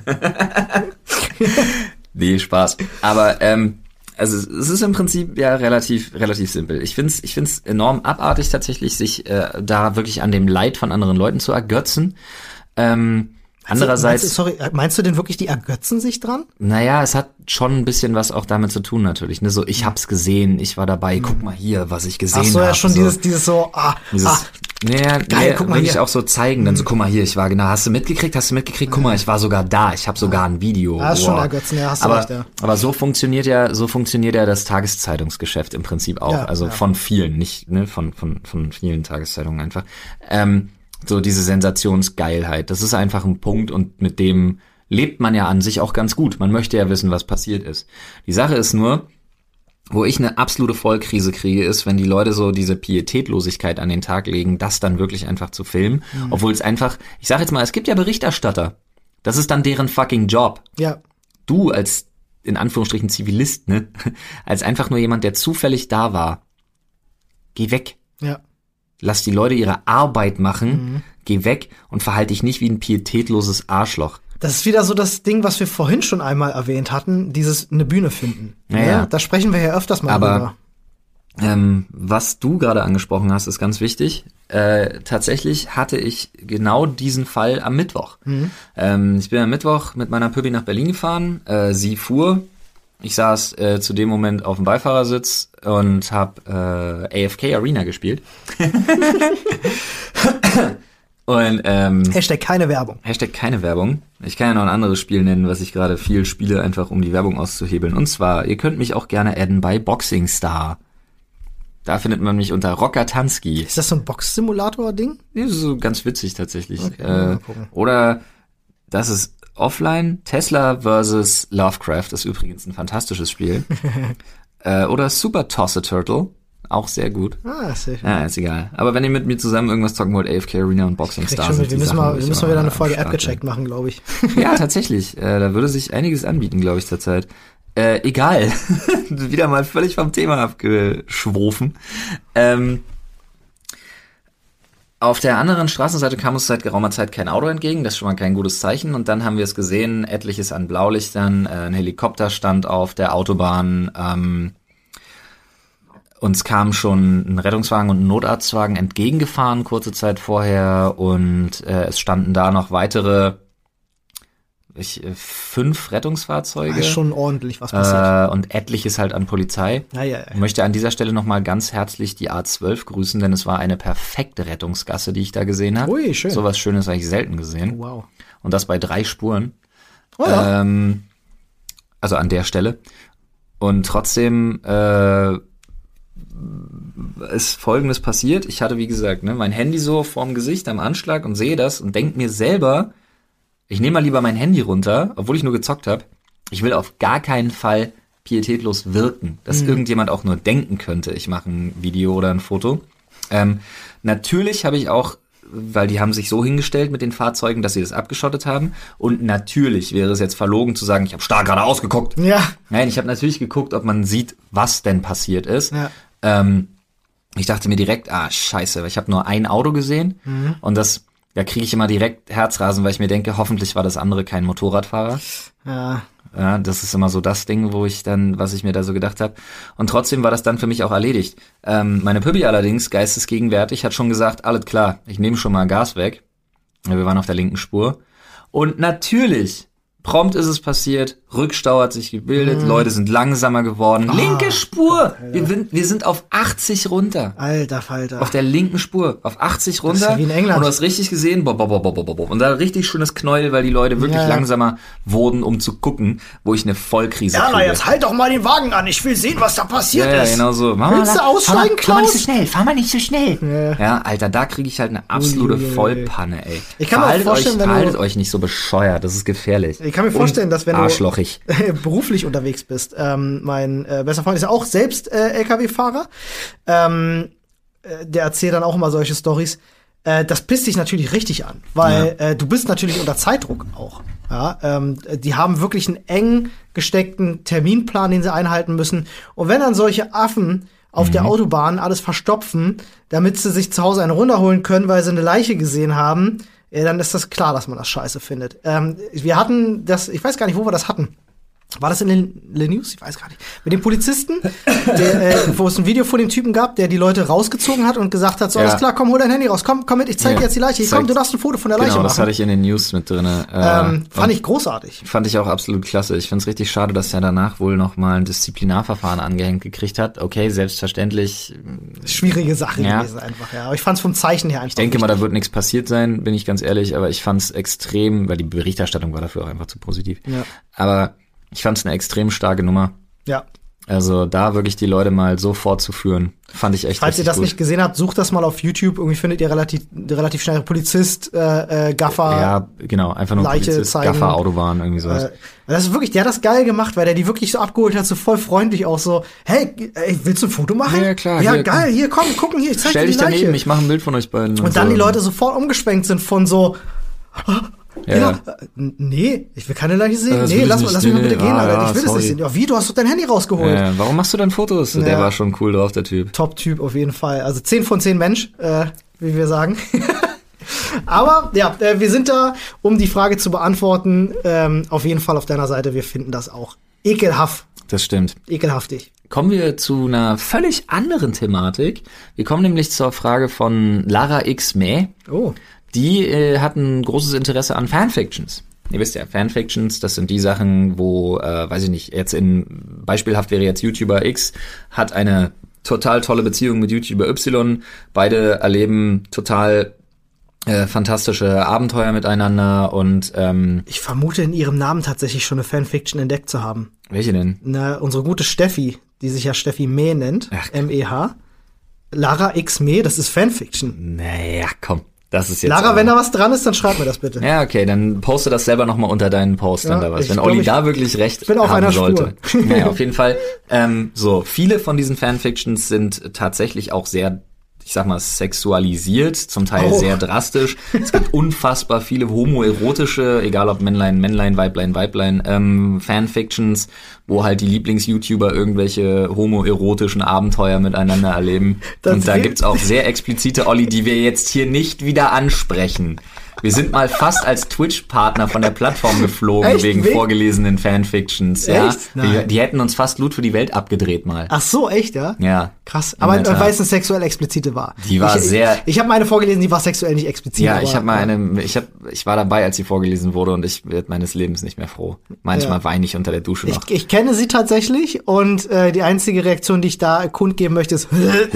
Nee, Spaß. Aber ähm, also es ist im Prinzip ja relativ relativ simpel. Ich find's ich find's enorm abartig tatsächlich, sich äh, da wirklich an dem Leid von anderen Leuten zu ergötzen. Ähm, Andererseits, meinst du, sorry, meinst du denn wirklich, die ergötzen sich dran? Naja, es hat schon ein bisschen was auch damit zu tun natürlich. Ne? So, ich hab's gesehen, ich war dabei, mhm. guck mal hier, was ich gesehen habe. Ach so, ja, hab. schon so. dieses, dieses so, ah, dieses, ah. Naja, Geil, nee, guck mal wirklich hier. auch so zeigen, dann so, guck mal hier, ich war genau, hast du mitgekriegt, hast du mitgekriegt, guck mal, ich war sogar da, ich habe sogar ein Video. Ja, ist schon ergötzen, ja, hast du aber, recht, ja. Aber so funktioniert ja, so funktioniert ja das Tageszeitungsgeschäft im Prinzip auch, ja, also ja. von vielen, nicht, ne, von, von, von vielen Tageszeitungen einfach. Ähm, so diese Sensationsgeilheit, das ist einfach ein Punkt und mit dem lebt man ja an sich auch ganz gut. Man möchte ja wissen, was passiert ist. Die Sache ist nur, wo ich eine absolute Vollkrise kriege, ist, wenn die Leute so diese Pietätlosigkeit an den Tag legen, das dann wirklich einfach zu filmen. Mhm. Obwohl es einfach, ich sag jetzt mal, es gibt ja Berichterstatter. Das ist dann deren fucking Job. Ja. Du als, in Anführungsstrichen, Zivilist, ne? Als einfach nur jemand, der zufällig da war. Geh weg. Ja. Lass die Leute ihre Arbeit machen. Mhm. Geh weg und verhalte dich nicht wie ein pietätloses Arschloch. Das ist wieder so das Ding, was wir vorhin schon einmal erwähnt hatten, dieses eine Bühne finden. Naja. Ja, da sprechen wir ja öfters mal Aber, drüber. Ähm, was du gerade angesprochen hast, ist ganz wichtig. Äh, tatsächlich hatte ich genau diesen Fall am Mittwoch. Mhm. Ähm, ich bin am Mittwoch mit meiner Püppi nach Berlin gefahren. Äh, sie fuhr. Ich saß äh, zu dem Moment auf dem Beifahrersitz und habe äh, A F K Arena gespielt. Und, ähm, Hashtag keine Werbung. Hashtag keine Werbung. Ich kann ja noch ein anderes Spiel nennen, was ich gerade viel spiele, einfach um die Werbung auszuhebeln. Und zwar, ihr könnt mich auch gerne adden bei Boxing Star. Da findet man mich unter Rockatanski. Ist das so ein Box-Simulator-Ding? Das ist so ganz witzig tatsächlich. Okay, äh, mal gucken. Oder das ist offline. Tesla versus Lovecraft ist übrigens ein fantastisches Spiel. äh, oder Super Toss-a Turtle. Auch sehr gut. Ah, sehr schön. Ja, ist egal. Aber wenn ihr mit mir zusammen irgendwas zocken wollt, A F K Arena und Boxing Krieg Stars schon sind mit, wir die müssen Sachen, mal, wo wir ich müssen mal immer wieder eine am Folge Start bin. abgecheckt machen, glaube ich. Ja, tatsächlich. Äh, da würde sich einiges anbieten, glaube ich, zurzeit. Äh, egal. Wieder mal völlig vom Thema abgeschwofen. Ähm, auf der anderen Straßenseite kam uns seit geraumer Zeit kein Auto entgegen. Das ist schon mal kein gutes Zeichen. Und dann haben wir es gesehen, etliches an Blaulichtern. Äh, ein Helikopter stand auf der Autobahn. Ähm, Uns kam schon ein Rettungswagen und ein Notarztwagen entgegengefahren, kurze Zeit vorher. Und äh, es standen da noch weitere ich, äh, fünf Rettungsfahrzeuge. Ja, ist schon ordentlich, was passiert. Äh, und etliches halt an Polizei. Ja, ja, ja. Ich möchte an dieser Stelle nochmal ganz herzlich die A zwölf grüßen, denn es war eine perfekte Rettungsgasse, die ich da gesehen habe. Ui, schön. Sowas Schönes habe ich selten gesehen. Wow. Und das bei drei Spuren. Oh ja. Ähm, also an der Stelle. Und trotzdem äh, ist Folgendes passiert. Ich hatte, wie gesagt, ne, mein Handy so vorm Gesicht am Anschlag und sehe das und denke mir selber, ich nehme mal lieber mein Handy runter, obwohl ich nur gezockt habe. Ich will auf gar keinen Fall pietätlos wirken, dass Mhm. irgendjemand auch nur denken könnte, ich mache ein Video oder ein Foto. Ähm, natürlich habe ich auch, weil die haben sich so hingestellt mit den Fahrzeugen, dass sie das abgeschottet haben. Und natürlich wäre es jetzt verlogen zu sagen, ich habe starr geradeaus geguckt. Ja. Nein, ich habe natürlich geguckt, ob man sieht, was denn passiert ist. Ja. Ähm, ich dachte mir direkt, ah, scheiße, weil ich habe nur ein Auto gesehen Mhm. und das, da kriege ich immer direkt Herzrasen, weil ich mir denke, hoffentlich war das andere kein Motorradfahrer. Ja. Ja, das ist immer so das Ding, wo ich dann, was ich mir da so gedacht habe. Und trotzdem war das dann für mich auch erledigt. Ähm, meine Püppi allerdings, geistesgegenwärtig, hat schon gesagt, alles klar, ich nehme schon mal Gas weg. Wir waren auf der linken Spur. Und natürlich, prompt ist es passiert, Rückstau hat sich gebildet, Mhm. Leute sind langsamer geworden. Ah, Linke Spur! Alter. Wir, sind, wir sind auf achtzig runter. Alter Falter. Auf der linken Spur, auf achtzig runter. ist ja wie in England. Und du hast richtig gesehen, bob, bob, bob, bob, bob, bob. Und da richtig schönes Knäuel, weil die Leute wirklich Ja, ja. langsamer wurden, um zu gucken, wo ich eine Vollkrise ja, na, kriege. jetzt halt doch mal den Wagen an. Ich will sehen, was da passiert Ja, ja, ist. genau so. Mama, Willst du fahr aussteigen, mal, fahr mal nicht so Klaus? schnell, fahr mal nicht so schnell. Ja. Ja, Alter, da kriege ich halt eine absolute Uiuiui. Vollpanne, ey. Ich kann mir auch verhaltet vorstellen, euch, wenn du- verhaltet euch nicht so bescheuert, das ist gefährlich. Ich kann mir vorstellen, Und dass wenn du arschlochig. beruflich unterwegs bist, ähm, mein äh, bester Freund ist ja auch selbst äh, L K W-Fahrer, ähm, äh, der erzählt dann auch immer solche Storys. Äh, das pisst dich natürlich richtig an, weil äh, du bist natürlich unter Zeitdruck auch. Ja, ähm, die haben wirklich einen eng gesteckten Terminplan, den sie einhalten müssen. Und wenn dann solche Affen auf Mhm. der Autobahn alles verstopfen, damit sie sich zu Hause eine runterholen können, weil sie eine Leiche gesehen haben, ja, dann ist das klar, dass man das scheiße findet. Ähm, wir hatten das, ich weiß gar nicht, wo wir das hatten. War das in den Le News? Ich weiß gar nicht. Mit dem Polizisten, der, äh, wo es ein Video von dem Typen gab, der die Leute rausgezogen hat und gesagt hat, so, Ja. alles klar, komm, hol dein Handy raus, komm, komm mit, ich zeig dir Ja, jetzt die Leiche. Hier, zeig- komm, du darfst ein Foto von der Leiche Genau, das machen. hatte ich in den News mit drinne. Äh, ähm, fand und ich großartig. Fand ich auch absolut klasse. Ich find's richtig schade, dass er danach wohl noch mal ein Disziplinarverfahren angehängt gekriegt hat. Okay, selbstverständlich. Schwierige Sache Ja. gewesen einfach, ja. Aber ich fand's vom Zeichen her einfach Ich denke mal, da wichtig. wird nichts passiert sein, bin ich ganz ehrlich, aber ich fand's extrem, weil die Berichterstattung war dafür auch einfach zu positiv. Ja. Aber ich fand's eine extrem starke Nummer. Ja. Also da wirklich die Leute mal so fortzuführen, fand ich echt Falls ihr richtig das gut. nicht gesehen habt, sucht das mal auf YouTube. Irgendwie findet ihr relativ, relativ schnell Polizist, äh, äh, Gaffer. Ja, genau, einfach nur Leiche Polizist, zeigen. Gaffer, Autobahn, irgendwie sowas. Äh, das ist wirklich, der hat das geil gemacht, weil der die wirklich so abgeholt hat, so voll freundlich auch so, hey, ey, willst du ein Foto machen? Ja, klar, Ja, hier, geil, hier, komm, gucken hier, ich zeig Stell dir dich die Leiche. daneben, ich mache ein Bild von euch beiden. Und dann so. die Leute sofort umgeschwenkt sind von so, Ja. ja, äh, nee, ich will keine Leiche sehen. Äh, das nee, will ich lass, nicht, lass mich mal nee, bitte nee, gehen, ah, Alter. ja, Ich will das sorry. nicht sehen. Ja, wie, du hast doch dein Handy rausgeholt. Äh, warum machst du dann Fotos? Der Ja. war schon cool drauf, der Typ. Top-Typ auf jeden Fall. Also zehn von zehn Mensch, äh, wie wir sagen. Aber ja, äh, wir sind da, um die Frage zu beantworten, ähm, auf jeden Fall auf deiner Seite. Wir finden das auch ekelhaft. Das stimmt. Ekelhaftig. Kommen wir zu einer völlig anderen Thematik. Wir kommen nämlich zur Frage von Lara X. Mäh. Oh. Die äh, hatten großes Interesse an Fanfictions. Ihr wisst ja, Fanfictions, das sind die Sachen, wo, äh, weiß ich nicht, jetzt in, beispielhaft wäre jetzt YouTuber X, hat eine total tolle Beziehung mit YouTuber Y. Beide erleben total äh, fantastische Abenteuer miteinander und, ähm, Ich vermute in ihrem Namen tatsächlich schon eine Fanfiction entdeckt zu haben. welche denn? Na, unsere gute Steffi, die sich ja Steffi Mäh nennt, Ach. M E H, Lara X Me, das ist Fanfiction. Naja, komm. Das ist jetzt Lara, aber. wenn da was dran ist, dann schreib mir das bitte. Ja, okay, dann poste das selber nochmal unter deinen Post, wenn Ja, da was. ich Wenn glaub, Olli ich da wirklich recht bin auf haben einer sollte. Spur. Naja, auf jeden Fall. Ähm, so, viele von diesen Fanfictions sind tatsächlich auch sehr, ich sag mal, sexualisiert, zum Teil Oh. sehr drastisch. Es gibt unfassbar viele homoerotische, egal ob Männlein, Männlein, Weiblein, Weiblein, ähm, Fanfictions, wo halt die Lieblings-YouTuber irgendwelche homoerotischen Abenteuer miteinander erleben. Das Und da geht- gibt's auch sehr explizite, Olli, die wir jetzt hier nicht wieder ansprechen. Wir sind mal fast als Twitch-Partner von der Plattform geflogen Echt? wegen Wie? vorgelesenen Fanfictions. Ja, Echt? die, Nein. die hätten uns fast Loot für die Welt abgedreht mal. Ach so, echt, ja? Ja. Krass. In Aber der Tat. weil es eine sexuell explizite war. Die war ich, sehr- Ich, ich habe meine vorgelesen, die war sexuell nicht explizit. Ja, aber, ich habe mal eine, ich hab, ich war dabei, als sie vorgelesen wurde und ich werde meines Lebens nicht mehr froh. Manchmal Ja. weine ich unter der Dusche noch. Ich, ich kenne sie tatsächlich und äh, die einzige Reaktion, die ich da kundgeben möchte, ist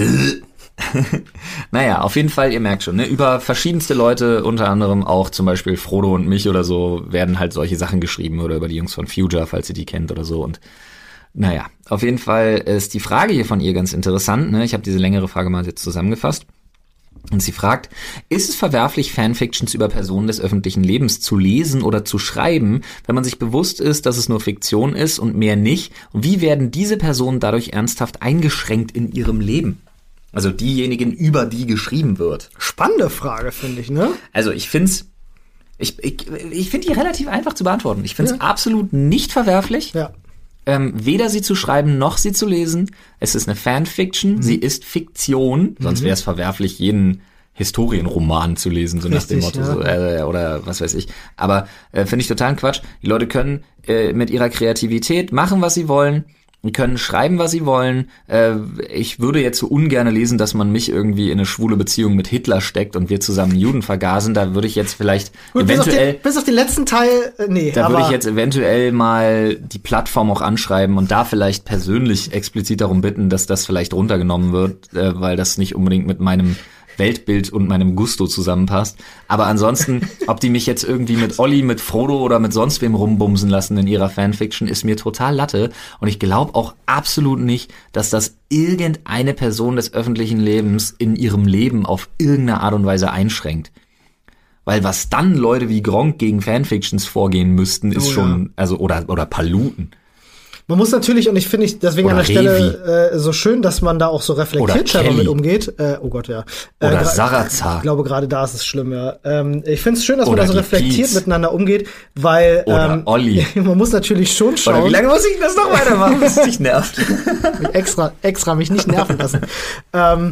Naja, auf jeden Fall, ihr merkt schon, ne, über verschiedenste Leute, unter anderem auch zum Beispiel Frodo und mich oder so, werden halt solche Sachen geschrieben oder über die Jungs von Future, falls ihr die kennt oder so. Und naja, auf jeden Fall ist die Frage hier von ihr ganz interessant. Ne? Ich habe diese längere Frage mal jetzt zusammengefasst. Und sie fragt, ist es verwerflich, Fanfictions über Personen des öffentlichen Lebens zu lesen oder zu schreiben, wenn man sich bewusst ist, dass es nur Fiktion ist und mehr nicht? Und wie werden diese Personen dadurch ernsthaft eingeschränkt in ihrem Leben? Also diejenigen, über die geschrieben wird. spannende Frage, finde ich, ne? Also ich find's, ich, ich, ich finde die relativ einfach zu beantworten. Ich find's Ja. absolut nicht verwerflich, Ja. ähm, weder sie zu schreiben noch sie zu lesen. Es ist eine Fanfiction, Mhm. sie ist Fiktion, sonst wäre es verwerflich, jeden Historienroman zu lesen, so nach dem Richtig, Motto, ja. so, äh, oder was weiß ich. Aber äh, finde ich totalen Quatsch. Die Leute können äh, mit ihrer Kreativität machen, was sie wollen. Die können schreiben, was sie wollen. Äh, ich würde jetzt so ungern lesen, dass man mich irgendwie in eine schwule Beziehung mit Hitler steckt und wir zusammen Juden vergasen. Da würde ich jetzt vielleicht Gut, bis auf, eventuell... den, bis auf den letzten Teil, äh, nee. Da aber würde ich jetzt eventuell mal die Plattform auch anschreiben und da vielleicht persönlich explizit darum bitten, dass das vielleicht runtergenommen wird, äh, weil das nicht unbedingt mit meinem Weltbild und meinem Gusto zusammenpasst. Aber ansonsten, ob die mich jetzt irgendwie mit Olli, mit Frodo oder mit sonst wem rumbumsen lassen in ihrer Fanfiction, ist mir total Latte. Und ich glaube auch absolut nicht, dass das irgendeine Person des öffentlichen Lebens in ihrem Leben auf irgendeine Art und Weise einschränkt. Weil was dann Leute wie Gronkh gegen Fanfictions vorgehen müssten, ist Oh, schon, ja. also, oder, oder Paluten. man muss natürlich, und ich finde ich deswegen Oder an der Stelle äh, so schön, dass man da auch so Oder reflektiert scheinbar Kelly. mit umgeht. Äh, oh Gott, ja. Äh, Oder gra- Sarazar. Ich glaube, gerade da ist es schlimm, ja. Ähm, ich finde es schön, dass man Oder da so die reflektiert Peets. miteinander umgeht, weil Oder ähm, Olli. man muss natürlich schon Oder schauen, wie lange muss ich das noch weitermachen, bis es dich nervt? extra, extra mich nicht nerven lassen. ähm,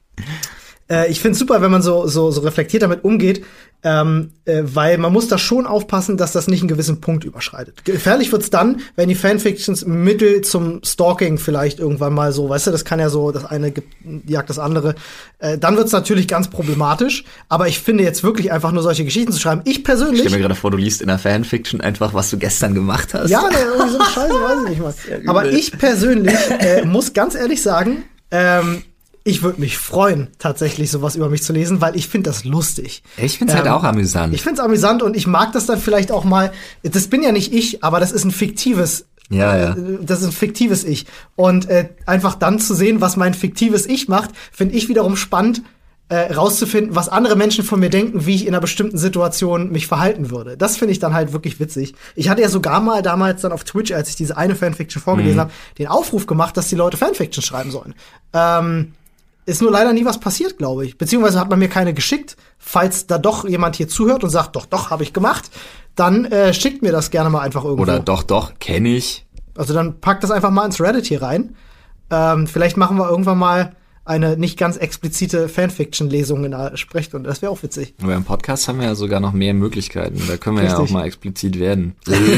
äh, ich finde es super, wenn man so, so, so reflektiert damit umgeht, ähm, äh, weil man muss da schon aufpassen, dass das nicht einen gewissen Punkt überschreitet. Gefährlich wird's dann, wenn die Fanfictions Mittel zum Stalking vielleicht irgendwann mal so, weißt du, das kann ja so, das eine gibt, jagt das andere. Äh, dann wird's natürlich ganz problematisch. Aber ich finde jetzt wirklich einfach nur solche Geschichten zu schreiben. Ich Ich persönlich. stell mir gerade vor, du liest in einer Fanfiction einfach, was du gestern gemacht hast. Ja, ne, irgendwie so eine Scheiße, weiß ich nicht mal. übel. Aber ich persönlich äh, muss ganz ehrlich sagen, ähm, ich würde mich freuen, tatsächlich sowas über mich zu lesen, weil ich finde das lustig. Ich find's halt Ähm, auch amüsant. Ich find's amüsant und ich mag das dann vielleicht auch mal. Das bin ja nicht ich, aber das ist ein fiktives. Ja, ja. äh, Das ist ein fiktives Ich. Und äh, einfach dann zu sehen, was mein fiktives Ich macht, finde ich wiederum spannend, äh, rauszufinden, was andere Menschen von mir denken, wie ich in einer bestimmten Situation mich verhalten würde. Das finde ich dann halt wirklich witzig. Ich hatte ja sogar mal damals dann auf Twitch, als ich diese eine Fanfiction vorgelesen Mhm. habe, den Aufruf gemacht, dass die Leute Fanfiction schreiben sollen. Ähm, ist nur leider nie was passiert, glaube ich. Beziehungsweise hat man mir keine geschickt. Falls da doch jemand hier zuhört und sagt, doch, doch, habe ich gemacht, dann äh, schickt mir das gerne mal einfach irgendwo. Oder doch, doch, kenne ich. Also dann packt das einfach mal ins Reddit hier rein. Ähm, vielleicht machen wir irgendwann mal eine nicht ganz explizite Fanfiction-Lesung in der Sprechstunde. Das wäre auch witzig. Aber im Podcast haben wir ja sogar noch mehr Möglichkeiten. Da können wir ja Richtig. auch mal explizit werden.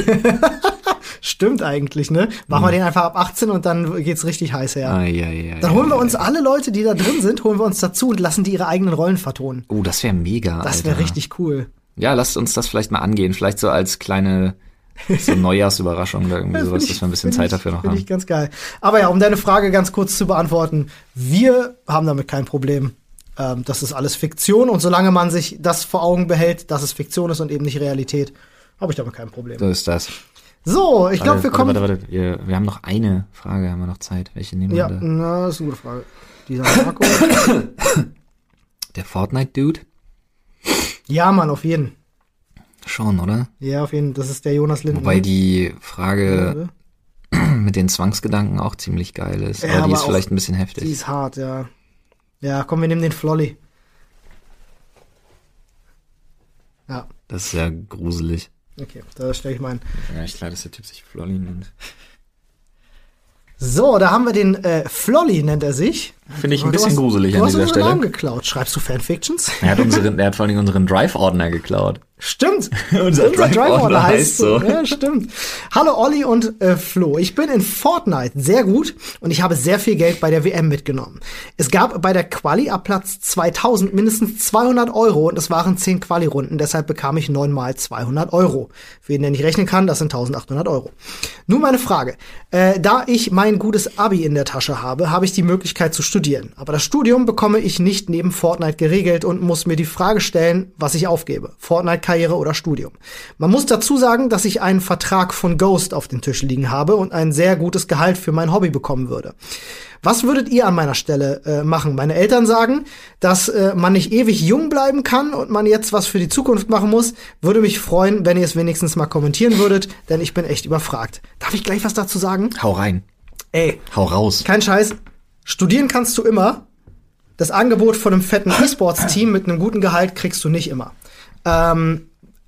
Stimmt eigentlich, ne? Machen wir den einfach ab achtzehn und dann geht's richtig heiß her. Ai, ai, ai, Dann holen wir ai, uns alle Leute, die da drin sind, holen wir uns dazu und lassen die ihre eigenen Rollen vertonen. Oh, das wäre mega, Das wäre Alter. richtig cool. Ja, lasst uns das vielleicht mal angehen. Vielleicht so als kleine so Neujahrsüberraschung oder irgendwie sowas, dass wir ein bisschen Find Zeit ich, dafür noch Finde haben. ich ganz geil. Aber ja, um deine Frage ganz kurz zu beantworten. Wir haben damit kein Problem. Ähm, das ist alles Fiktion. Und solange man sich das vor Augen behält, dass es Fiktion ist und eben nicht Realität, habe ich damit kein Problem. So ist das. So, ich glaube, wir kommen. Warte, warte, warte. Wir, wir haben noch eine Frage, haben wir noch Zeit. Welche nehmen wir Ja, da? na, das ist eine gute Frage. Dieser Marco. Der Fortnite-Dude? Ja, Mann, auf jeden. Schon, oder? Ja, auf jeden. Das ist der Jonas Linden. Wobei die Frage mit den Zwangsgedanken auch ziemlich geil ist. Ja, aber die aber ist vielleicht ein bisschen heftig. Die ist hart, ja. Ja, komm, wir nehmen den Flolly. Ja. Das ist ja gruselig. Okay, da stelle ich meinen. Ja, ich glaube, dass der Typ sich Flolly nennt. So, da haben wir den äh, Flolly, nennt er sich. Finde ich ein Du bisschen hast, gruselig du an hast dieser unseren Stelle. Namen geklaut. Schreibst du Fanfictions? Er hat, unseren, er hat vor allem unseren Drive-Ordner geklaut. Stimmt. Unser Drive-Ordner heißt so. Ja, stimmt. Hallo Olli und äh, Flo. Ich bin in Fortnite sehr gut und ich habe sehr viel Geld bei der W M mitgenommen. Es gab bei der Quali ab Platz zweitausend mindestens zweihundert Euro und es waren zehn Quali-Runden. Deshalb bekam ich neunmal zweihundert Euro. Für jeden, der nicht rechnen kann, das sind eintausendachthundert Euro. Nun meine Frage. Äh, da ich mein gutes Abi in der Tasche habe, habe ich die Möglichkeit zu studieren. Aber das Studium bekomme ich nicht neben Fortnite geregelt und muss mir die Frage stellen, was ich aufgebe. Fortnite-Karriere oder Studium. Man muss dazu sagen, dass ich einen Vertrag von Ghost auf dem Tisch liegen habe und ein sehr gutes Gehalt für mein Hobby bekommen würde. Was würdet ihr an meiner Stelle äh, machen? Meine Eltern sagen, dass äh, man nicht ewig jung bleiben kann und man jetzt was für die Zukunft machen muss. Würde mich freuen, wenn ihr es wenigstens mal kommentieren würdet, denn ich bin echt überfragt. Darf ich gleich was dazu sagen? Hau rein. Ey. Hau raus. Kein Scheiß. Studieren kannst du immer. Das Angebot von einem fetten E-Sports-Team mit einem guten Gehalt kriegst du nicht immer. Ähm,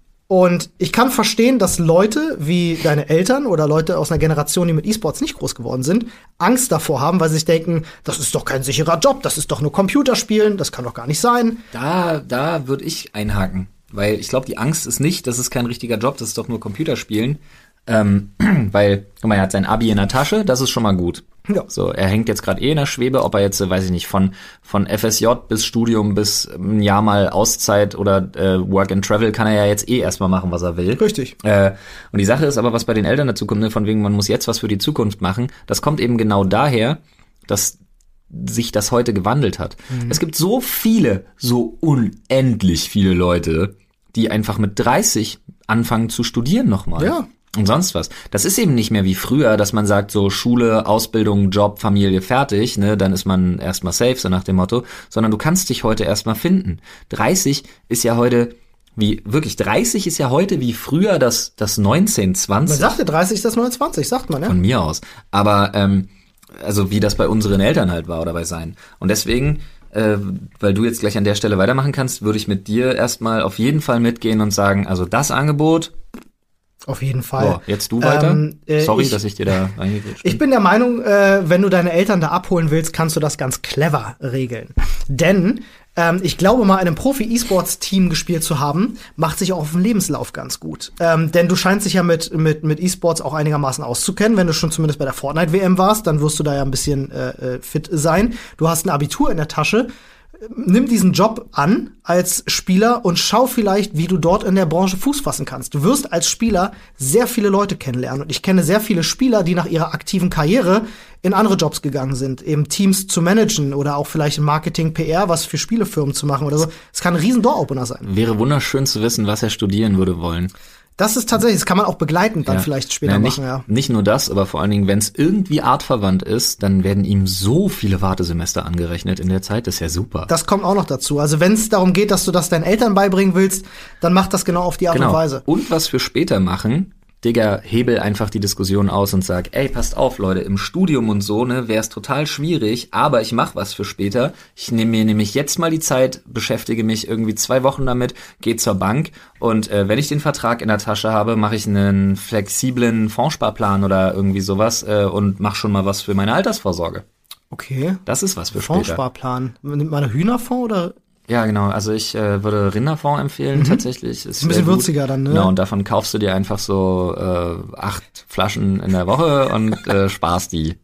und ich kann verstehen, dass Leute wie deine Eltern oder Leute aus einer Generation, die mit E-Sports nicht groß geworden sind, Angst davor haben, weil sie sich denken, das ist doch kein sicherer Job, das ist doch nur Computerspielen, das kann doch gar nicht sein. Da, da würde ich einhaken. Weil ich glaube, die Angst ist nicht, das ist kein richtiger Job, das ist doch nur Computerspielen. Ähm, weil, guck mal, er hat sein Abi in der Tasche, das ist schon mal gut. Ja. So, er hängt jetzt gerade eh in der Schwebe, ob er jetzt, weiß ich nicht, von von F S J bis Studium bis ein Jahr mal Auszeit oder äh, Work and Travel kann er ja jetzt eh erstmal machen, was er will. Richtig. Äh, und die Sache ist aber, was bei den Eltern dazu kommt, ne, von wegen, man muss jetzt was für die Zukunft machen, das kommt eben genau daher, dass sich das heute gewandelt hat. Mhm. Es gibt so viele, so unendlich viele Leute, die einfach mit dreißig anfangen zu studieren nochmal. Ja. Und sonst was. Das ist eben nicht mehr wie früher, dass man sagt, so Schule, Ausbildung, Job, Familie, fertig, ne, dann ist man erstmal safe, so nach dem Motto, sondern du kannst dich heute erstmal finden. dreißig ist ja heute, wie, wirklich, dreißig ist ja heute wie früher das, das neunzehn, zwanzig. Man sagt ja dreißig ist das neunundzwanzig, sagt man, ja. Von mir aus. Aber, ähm, also wie das bei unseren Eltern halt war oder bei seinen. Und deswegen, äh, weil du jetzt gleich an der Stelle weitermachen kannst, würde ich mit dir erstmal auf jeden Fall mitgehen und sagen, also das Angebot, auf jeden Fall. so, jetzt du weiter. Ähm, äh, Sorry, ich, dass ich dir da reingegrätscht bin. Ich bin der Meinung, äh, wenn du deine Eltern da abholen willst, kannst du das ganz clever regeln. Denn ähm, ich glaube mal, in einem Profi-E-Sports-Team gespielt zu haben, macht sich auch auf dem Lebenslauf ganz gut. Ähm, denn du scheinst dich ja mit mit mit E-Sports auch einigermaßen auszukennen. Wenn du schon zumindest bei der Fortnite-W M warst, dann wirst du da ja ein bisschen äh, fit sein. Du hast ein Abitur in der Tasche. Nimm diesen Job an als Spieler und schau vielleicht, wie du dort in der Branche Fuß fassen kannst. Du wirst als Spieler sehr viele Leute kennenlernen. Und ich kenne sehr viele Spieler, die nach ihrer aktiven Karriere in andere Jobs gegangen sind, eben Teams zu managen oder auch vielleicht im Marketing, P R, was für Spielefirmen zu machen oder so. Es kann ein riesen Door-Opener sein. Wäre wunderschön zu wissen, was er studieren würde wollen. Das ist tatsächlich, das kann man auch begleitend dann ja. vielleicht später ja, nicht, machen, ja. Nicht nur das, aber vor allen Dingen, wenn es irgendwie artverwandt ist, dann werden ihm so viele Wartesemester angerechnet in der Zeit, das ist ja super. Das kommt auch noch dazu. Also wenn es darum geht, dass du das deinen Eltern beibringen willst, dann mach das genau auf die Art genau. und Weise. Und was wir später machen, Digga, hebel einfach die Diskussion aus und sag, ey, passt auf, Leute, im Studium und so, ne, wäre es total schwierig, aber ich mach was für später. Ich nehme mir nämlich jetzt mal die Zeit, beschäftige mich irgendwie zwei Wochen damit, gehe zur Bank und äh, wenn ich den Vertrag in der Tasche habe, mache ich einen flexiblen Fondssparplan oder irgendwie sowas äh, und mach schon mal was für meine Altersvorsorge. Okay. Das ist was für später. Fondssparplan. Nimmt man einen Hühnerfonds oder? Ja, genau. Also ich äh, würde Rinderfonds empfehlen, mhm. tatsächlich. Ist ein bisschen würziger dann, ne? Genau, und davon kaufst du dir einfach so äh, acht Flaschen in der Woche und äh, sparst die.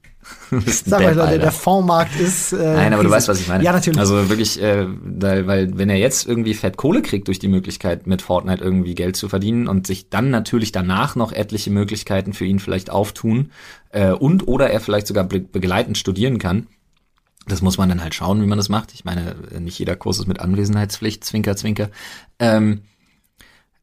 Sag mal, Leute, der Fondsmarkt ist äh, Nein, aber riesig. Du weißt, was ich meine. Ja, natürlich. Also wirklich, äh, da, weil wenn er jetzt irgendwie fett Kohle kriegt durch die Möglichkeit, mit Fortnite irgendwie Geld zu verdienen und sich dann natürlich danach noch etliche Möglichkeiten für ihn vielleicht auftun äh, und oder er vielleicht sogar be- begleitend studieren kann, das muss man dann halt schauen, wie man das macht. Ich meine, nicht jeder Kurs ist mit Anwesenheitspflicht, Zwinker, Zwinker. Ähm,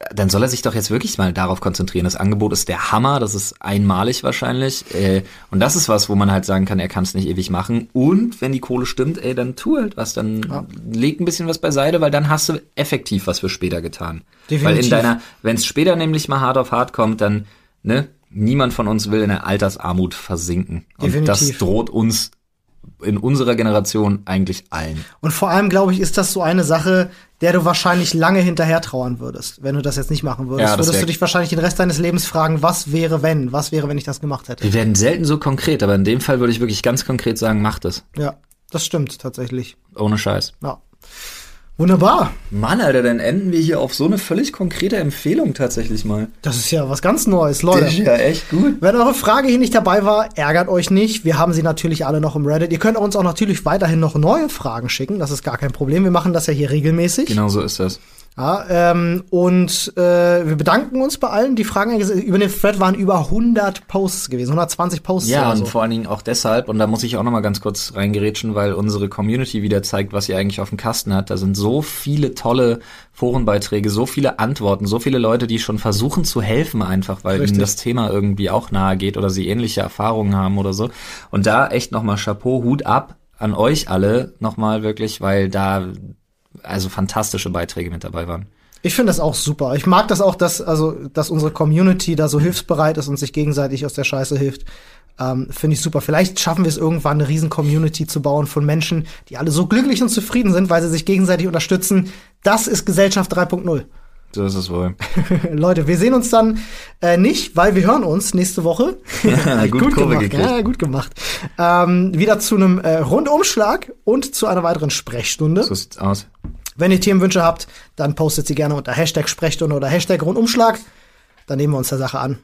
dann soll er sich doch jetzt wirklich mal darauf konzentrieren. Das Angebot ist der Hammer, das ist einmalig wahrscheinlich. Äh, und das ist was, wo man halt sagen kann, er kann es nicht ewig machen. Und wenn die Kohle stimmt, ey, dann tu halt was, dann ja. leg ein bisschen was beiseite, weil dann hast du effektiv was für später getan. Definitiv. Weil in deiner, wenn es später nämlich mal hart auf hart kommt, dann, ne, niemand von uns will in der Altersarmut versinken. Und Definitiv. Das droht uns in unserer Generation eigentlich allen. Und vor allem, glaube ich, ist das so eine Sache, der du wahrscheinlich lange hinterher trauern würdest, wenn du das jetzt nicht machen würdest. Ja, würdest du dich wahrscheinlich den Rest deines Lebens fragen, was wäre, wenn? Was wäre, wenn ich das gemacht hätte? Wir werden selten so konkret, aber in dem Fall würde ich wirklich ganz konkret sagen, mach das. Ja, das stimmt tatsächlich. Ohne Scheiß. Ja. Wunderbar. Mann, Alter, dann enden wir hier auf so eine völlig konkrete Empfehlung tatsächlich mal. Das ist ja was ganz Neues, Leute. Das ist ja echt gut. Wenn eure Frage hier nicht dabei war, ärgert euch nicht. Wir haben sie natürlich alle noch im Reddit. Ihr könnt uns auch natürlich weiterhin noch neue Fragen schicken. Das ist gar kein Problem. Wir machen das ja hier regelmäßig. Genau so ist das. Ja, ähm, und äh, wir bedanken uns bei allen. Die Fragen über den Thread waren über hundert Posts gewesen, hundertzwanzig Posts. Ja, und so. vor allen Dingen auch deshalb, und da muss ich auch noch mal ganz kurz reingerätschen, weil unsere Community wieder zeigt, was sie eigentlich auf dem Kasten hat. Da sind so viele tolle Forenbeiträge, so viele Antworten, so viele Leute, die schon versuchen zu helfen einfach, weil Richtig. ihnen das Thema irgendwie auch nahe geht oder sie ähnliche Erfahrungen haben oder so. Und da echt noch mal Chapeau, Hut ab an euch alle noch mal wirklich, weil da also fantastische Beiträge mit dabei waren. Ich finde das auch super. Ich mag das auch, dass also dass unsere Community da so hilfsbereit ist und sich gegenseitig aus der Scheiße hilft. Ähm, finde ich super. Vielleicht schaffen wir es irgendwann, eine riesen Community zu bauen von Menschen, die alle so glücklich und zufrieden sind, weil sie sich gegenseitig unterstützen. Das ist Gesellschaft drei Punkt null. So ist es wohl. Leute, wir sehen uns dann äh, nicht, weil wir hören uns nächste Woche. Ja, gut, gut gemacht. Gekriegt. Ja, gut gemacht. Ähm, wieder zu einem äh, Rundumschlag und zu einer weiteren Sprechstunde. So sieht's aus. Wenn ihr Themenwünsche habt, dann postet sie gerne unter Hashtag Sprechstunde oder Hashtag Rundumschlag. Dann nehmen wir uns der Sache an.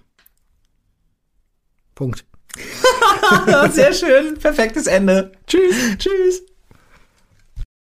Punkt. Sehr schön. Perfektes Ende. Tschüss. Tschüss.